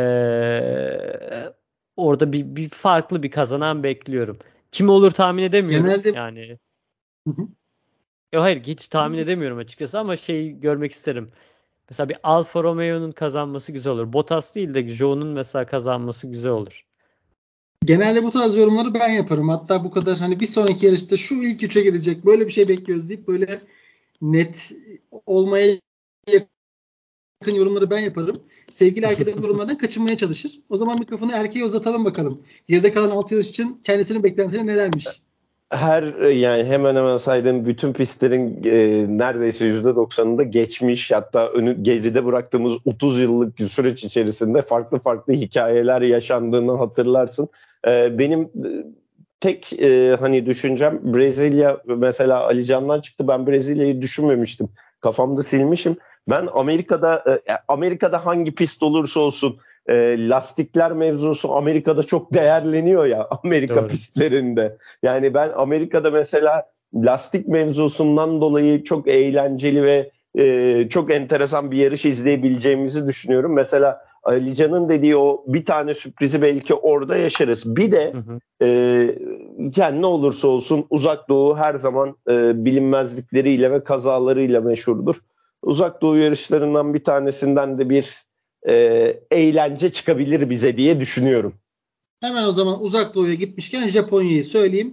orada bir farklı bir kazanan bekliyorum. Kim olur tahmin edemiyorum. Genelde Yani yok hayır hiç tahmin edemiyorum açıkçası ama şey görmek isterim. Mesela bir Alfa Romeo'nun kazanması güzel olur. Bottas değil de Zhou'nun mesela kazanması güzel olur. genelde bu tarz yorumları ben yaparım. Hatta bu kadar hani bir sonraki yarışta şu ilk üçe girecek böyle bir şey bekliyoruz deyip böyle net olmaya yakın yorumları ben yaparım. Sevgili Erke de bu yorumlardan kaçınmaya çalışır. O zaman mikrofonu Erke'ye uzatalım bakalım. Geride kalan 6 yarış için kendisinin beklentileri nelermiş? Yani hemen hemen saydığım bütün pistlerin neredeyse %90'ında geçmiş, hatta geride bıraktığımız 30 yıllık süreç içerisinde farklı farklı hikayeler yaşandığını hatırlarsın. Benim tek hani düşüncem Brezilya, mesela Ali Can'dan çıktı, ben Brezilya'yı düşünmemiştim. Kafamda silmişim. Ben Amerika'da hangi pist olursa olsun lastikler mevzusu Amerika'da çok değerleniyor ya, Amerika Doğru. pistlerinde. Yani ben Amerika'da mesela lastik mevzusundan dolayı çok eğlenceli ve çok enteresan bir yarış izleyebileceğimizi düşünüyorum. Mesela Ali Can'ın dediği o bir tane sürprizi belki orada yaşarız. Bir de yani ne olursa olsun Uzak Doğu her zaman bilinmezlikleriyle ve kazalarıyla meşhurdur. Uzak Doğu yarışlarından bir tanesinden de bir eğlence çıkabilir bize diye düşünüyorum. Hemen o zaman Uzak Doğu'ya gitmişken Japonya'yı söyleyeyim.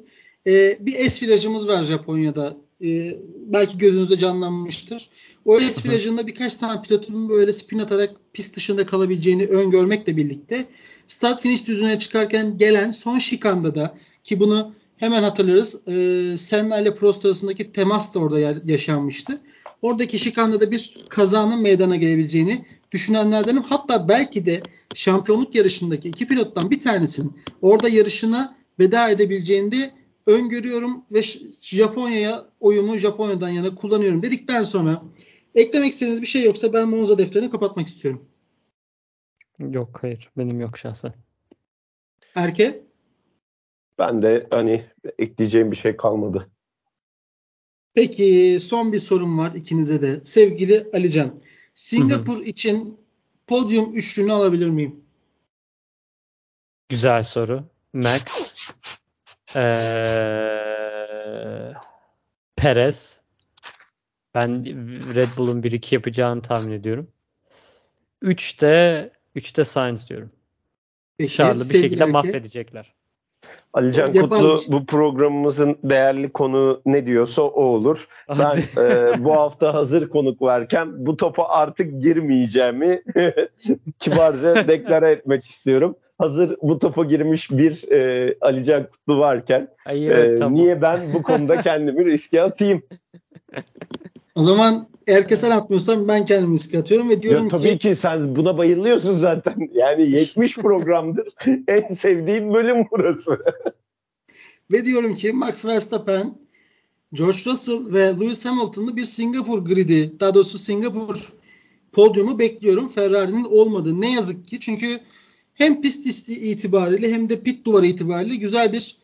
Bir S virajımız var Japonya'da. Belki gözünüzde canlanmıştır. O S virajında birkaç tane pilotun böyle spin atarak pist dışında kalabileceğini öngörmekle birlikte start finish düzüne çıkarken gelen son şikanda da, ki bunu hemen hatırlarız, Senna ile Prost arasındaki temas da orada yaşanmıştı. Oradaki şikanda da bir kazanın meydana gelebileceğini düşünenlerdenim. Hatta belki de şampiyonluk yarışındaki iki pilottan bir tanesinin orada yarışına veda edebileceğini de öngörüyorum ve Japonya'ya oyumu Japonya'dan yana kullanıyorum dedikten sonra eklemek istediğiniz bir şey yoksa ben Monza defterini kapatmak istiyorum. Yok, hayır. Benim yok şahsen. Erke? Ben de ekleyeceğim bir şey kalmadı. Peki son bir sorum var ikinize de. Sevgili Alican, Singapur için podyum üçlünü alabilir miyim? Güzel soru. Max, Perez. Ben Red Bull'un 1-2 yapacağını tahmin ediyorum. 3'te Sainz diyorum. Peki, Charles'ı bir şekilde mahvedecekler. Alican Kutlu bu programımızın değerli konu ne diyorsa o olur. Hadi. Ben bu hafta hazır konuk varken bu topa artık girmeyeceğimi kibarca deklare etmek istiyorum. Hazır bu topa girmiş bir Alican Kutlu varken Tamam. niye ben bu konuda kendimi riske atayım? O zaman Erke sen atmıyorsan ben kendimi riske atıyorum ve diyorum tabii ki sen buna bayılıyorsun zaten. Yani 70 programdır en sevdiğin bölüm burası. Ve diyorum ki Max Verstappen, George Russell ve Lewis Hamilton'lı bir Singapur gridi, daha doğrusu Singapur podyumu bekliyorum. Ferrari'nin olmadı. Ne yazık ki, çünkü hem pist itibariyle hem de pit duvarı itibariyle güzel bir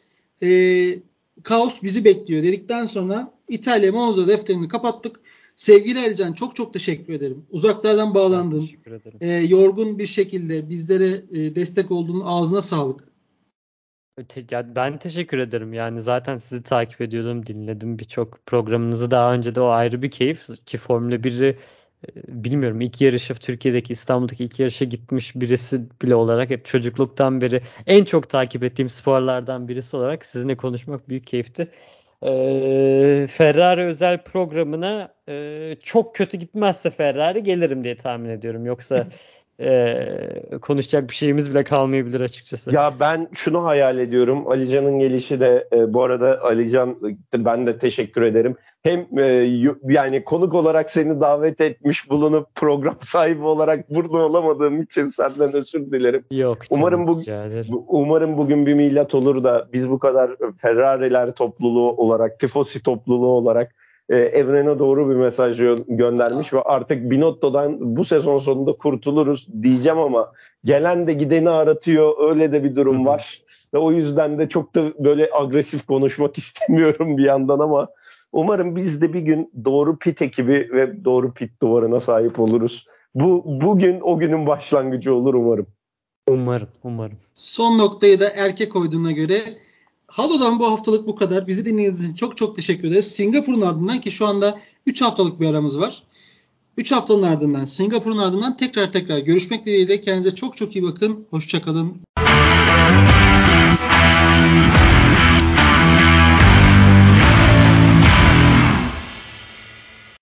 kaos bizi bekliyor dedikten sonra İtalya Monza defterini kapattık. Sevgili Ercan, çok çok teşekkür ederim. Uzaklardan bağlandın. Yorgun bir şekilde bizlere destek olduğun, ağzına sağlık. Ben teşekkür ederim. Yani zaten sizi takip ediyordum, dinledim birçok programınızı daha önce de, o ayrı bir keyif ki Formula 1'i bilmiyorum, ilk yarışı Türkiye'deki, İstanbul'daki ilk yarışa gitmiş birisi bile olarak hep çocukluktan beri en çok takip ettiğim sporlardan birisi olarak sizinle konuşmak büyük keyifti. Ferrari özel programına çok kötü gitmezse Ferrari gelirim diye tahmin ediyorum. Yoksa konuşacak bir şeyimiz bile kalmayabilir açıkçası. Ya ben şunu hayal ediyorum. Alican'ın gelişi de bu arada Alican, ben de teşekkür ederim. Hem yani konuk olarak seni davet etmiş bulunup program sahibi olarak burada olamadığım için senden özür dilerim. Yok canım, Umarım bugün bir milat olur da biz bu kadar Ferrari'ler topluluğu olarak, tifosi topluluğu olarak evrene doğru bir mesaj göndermiş ve artık Binotto'dan bu sezon sonunda kurtuluruz diyeceğim ama gelen de gideni aratıyor. Öyle de bir durum var. Ve o yüzden de çok da böyle agresif konuşmak istemiyorum bir yandan ama umarım biz de bir gün doğru pit ekibi ve doğru pit duvarına sahip oluruz. Bugün o günün başlangıcı olur umarım. Umarım. Son noktayı da Erke koyduğuna göre Halo'dan bu haftalık bu kadar. Bizi dinlediğiniz için çok çok teşekkür ederiz. Singapur'un ardından, ki şu anda 3 haftalık bir aramız var. 3 haftanın ardından, Singapur'un ardından tekrar görüşmek dileğiyle. Kendinize çok çok iyi bakın. Hoşça kalın.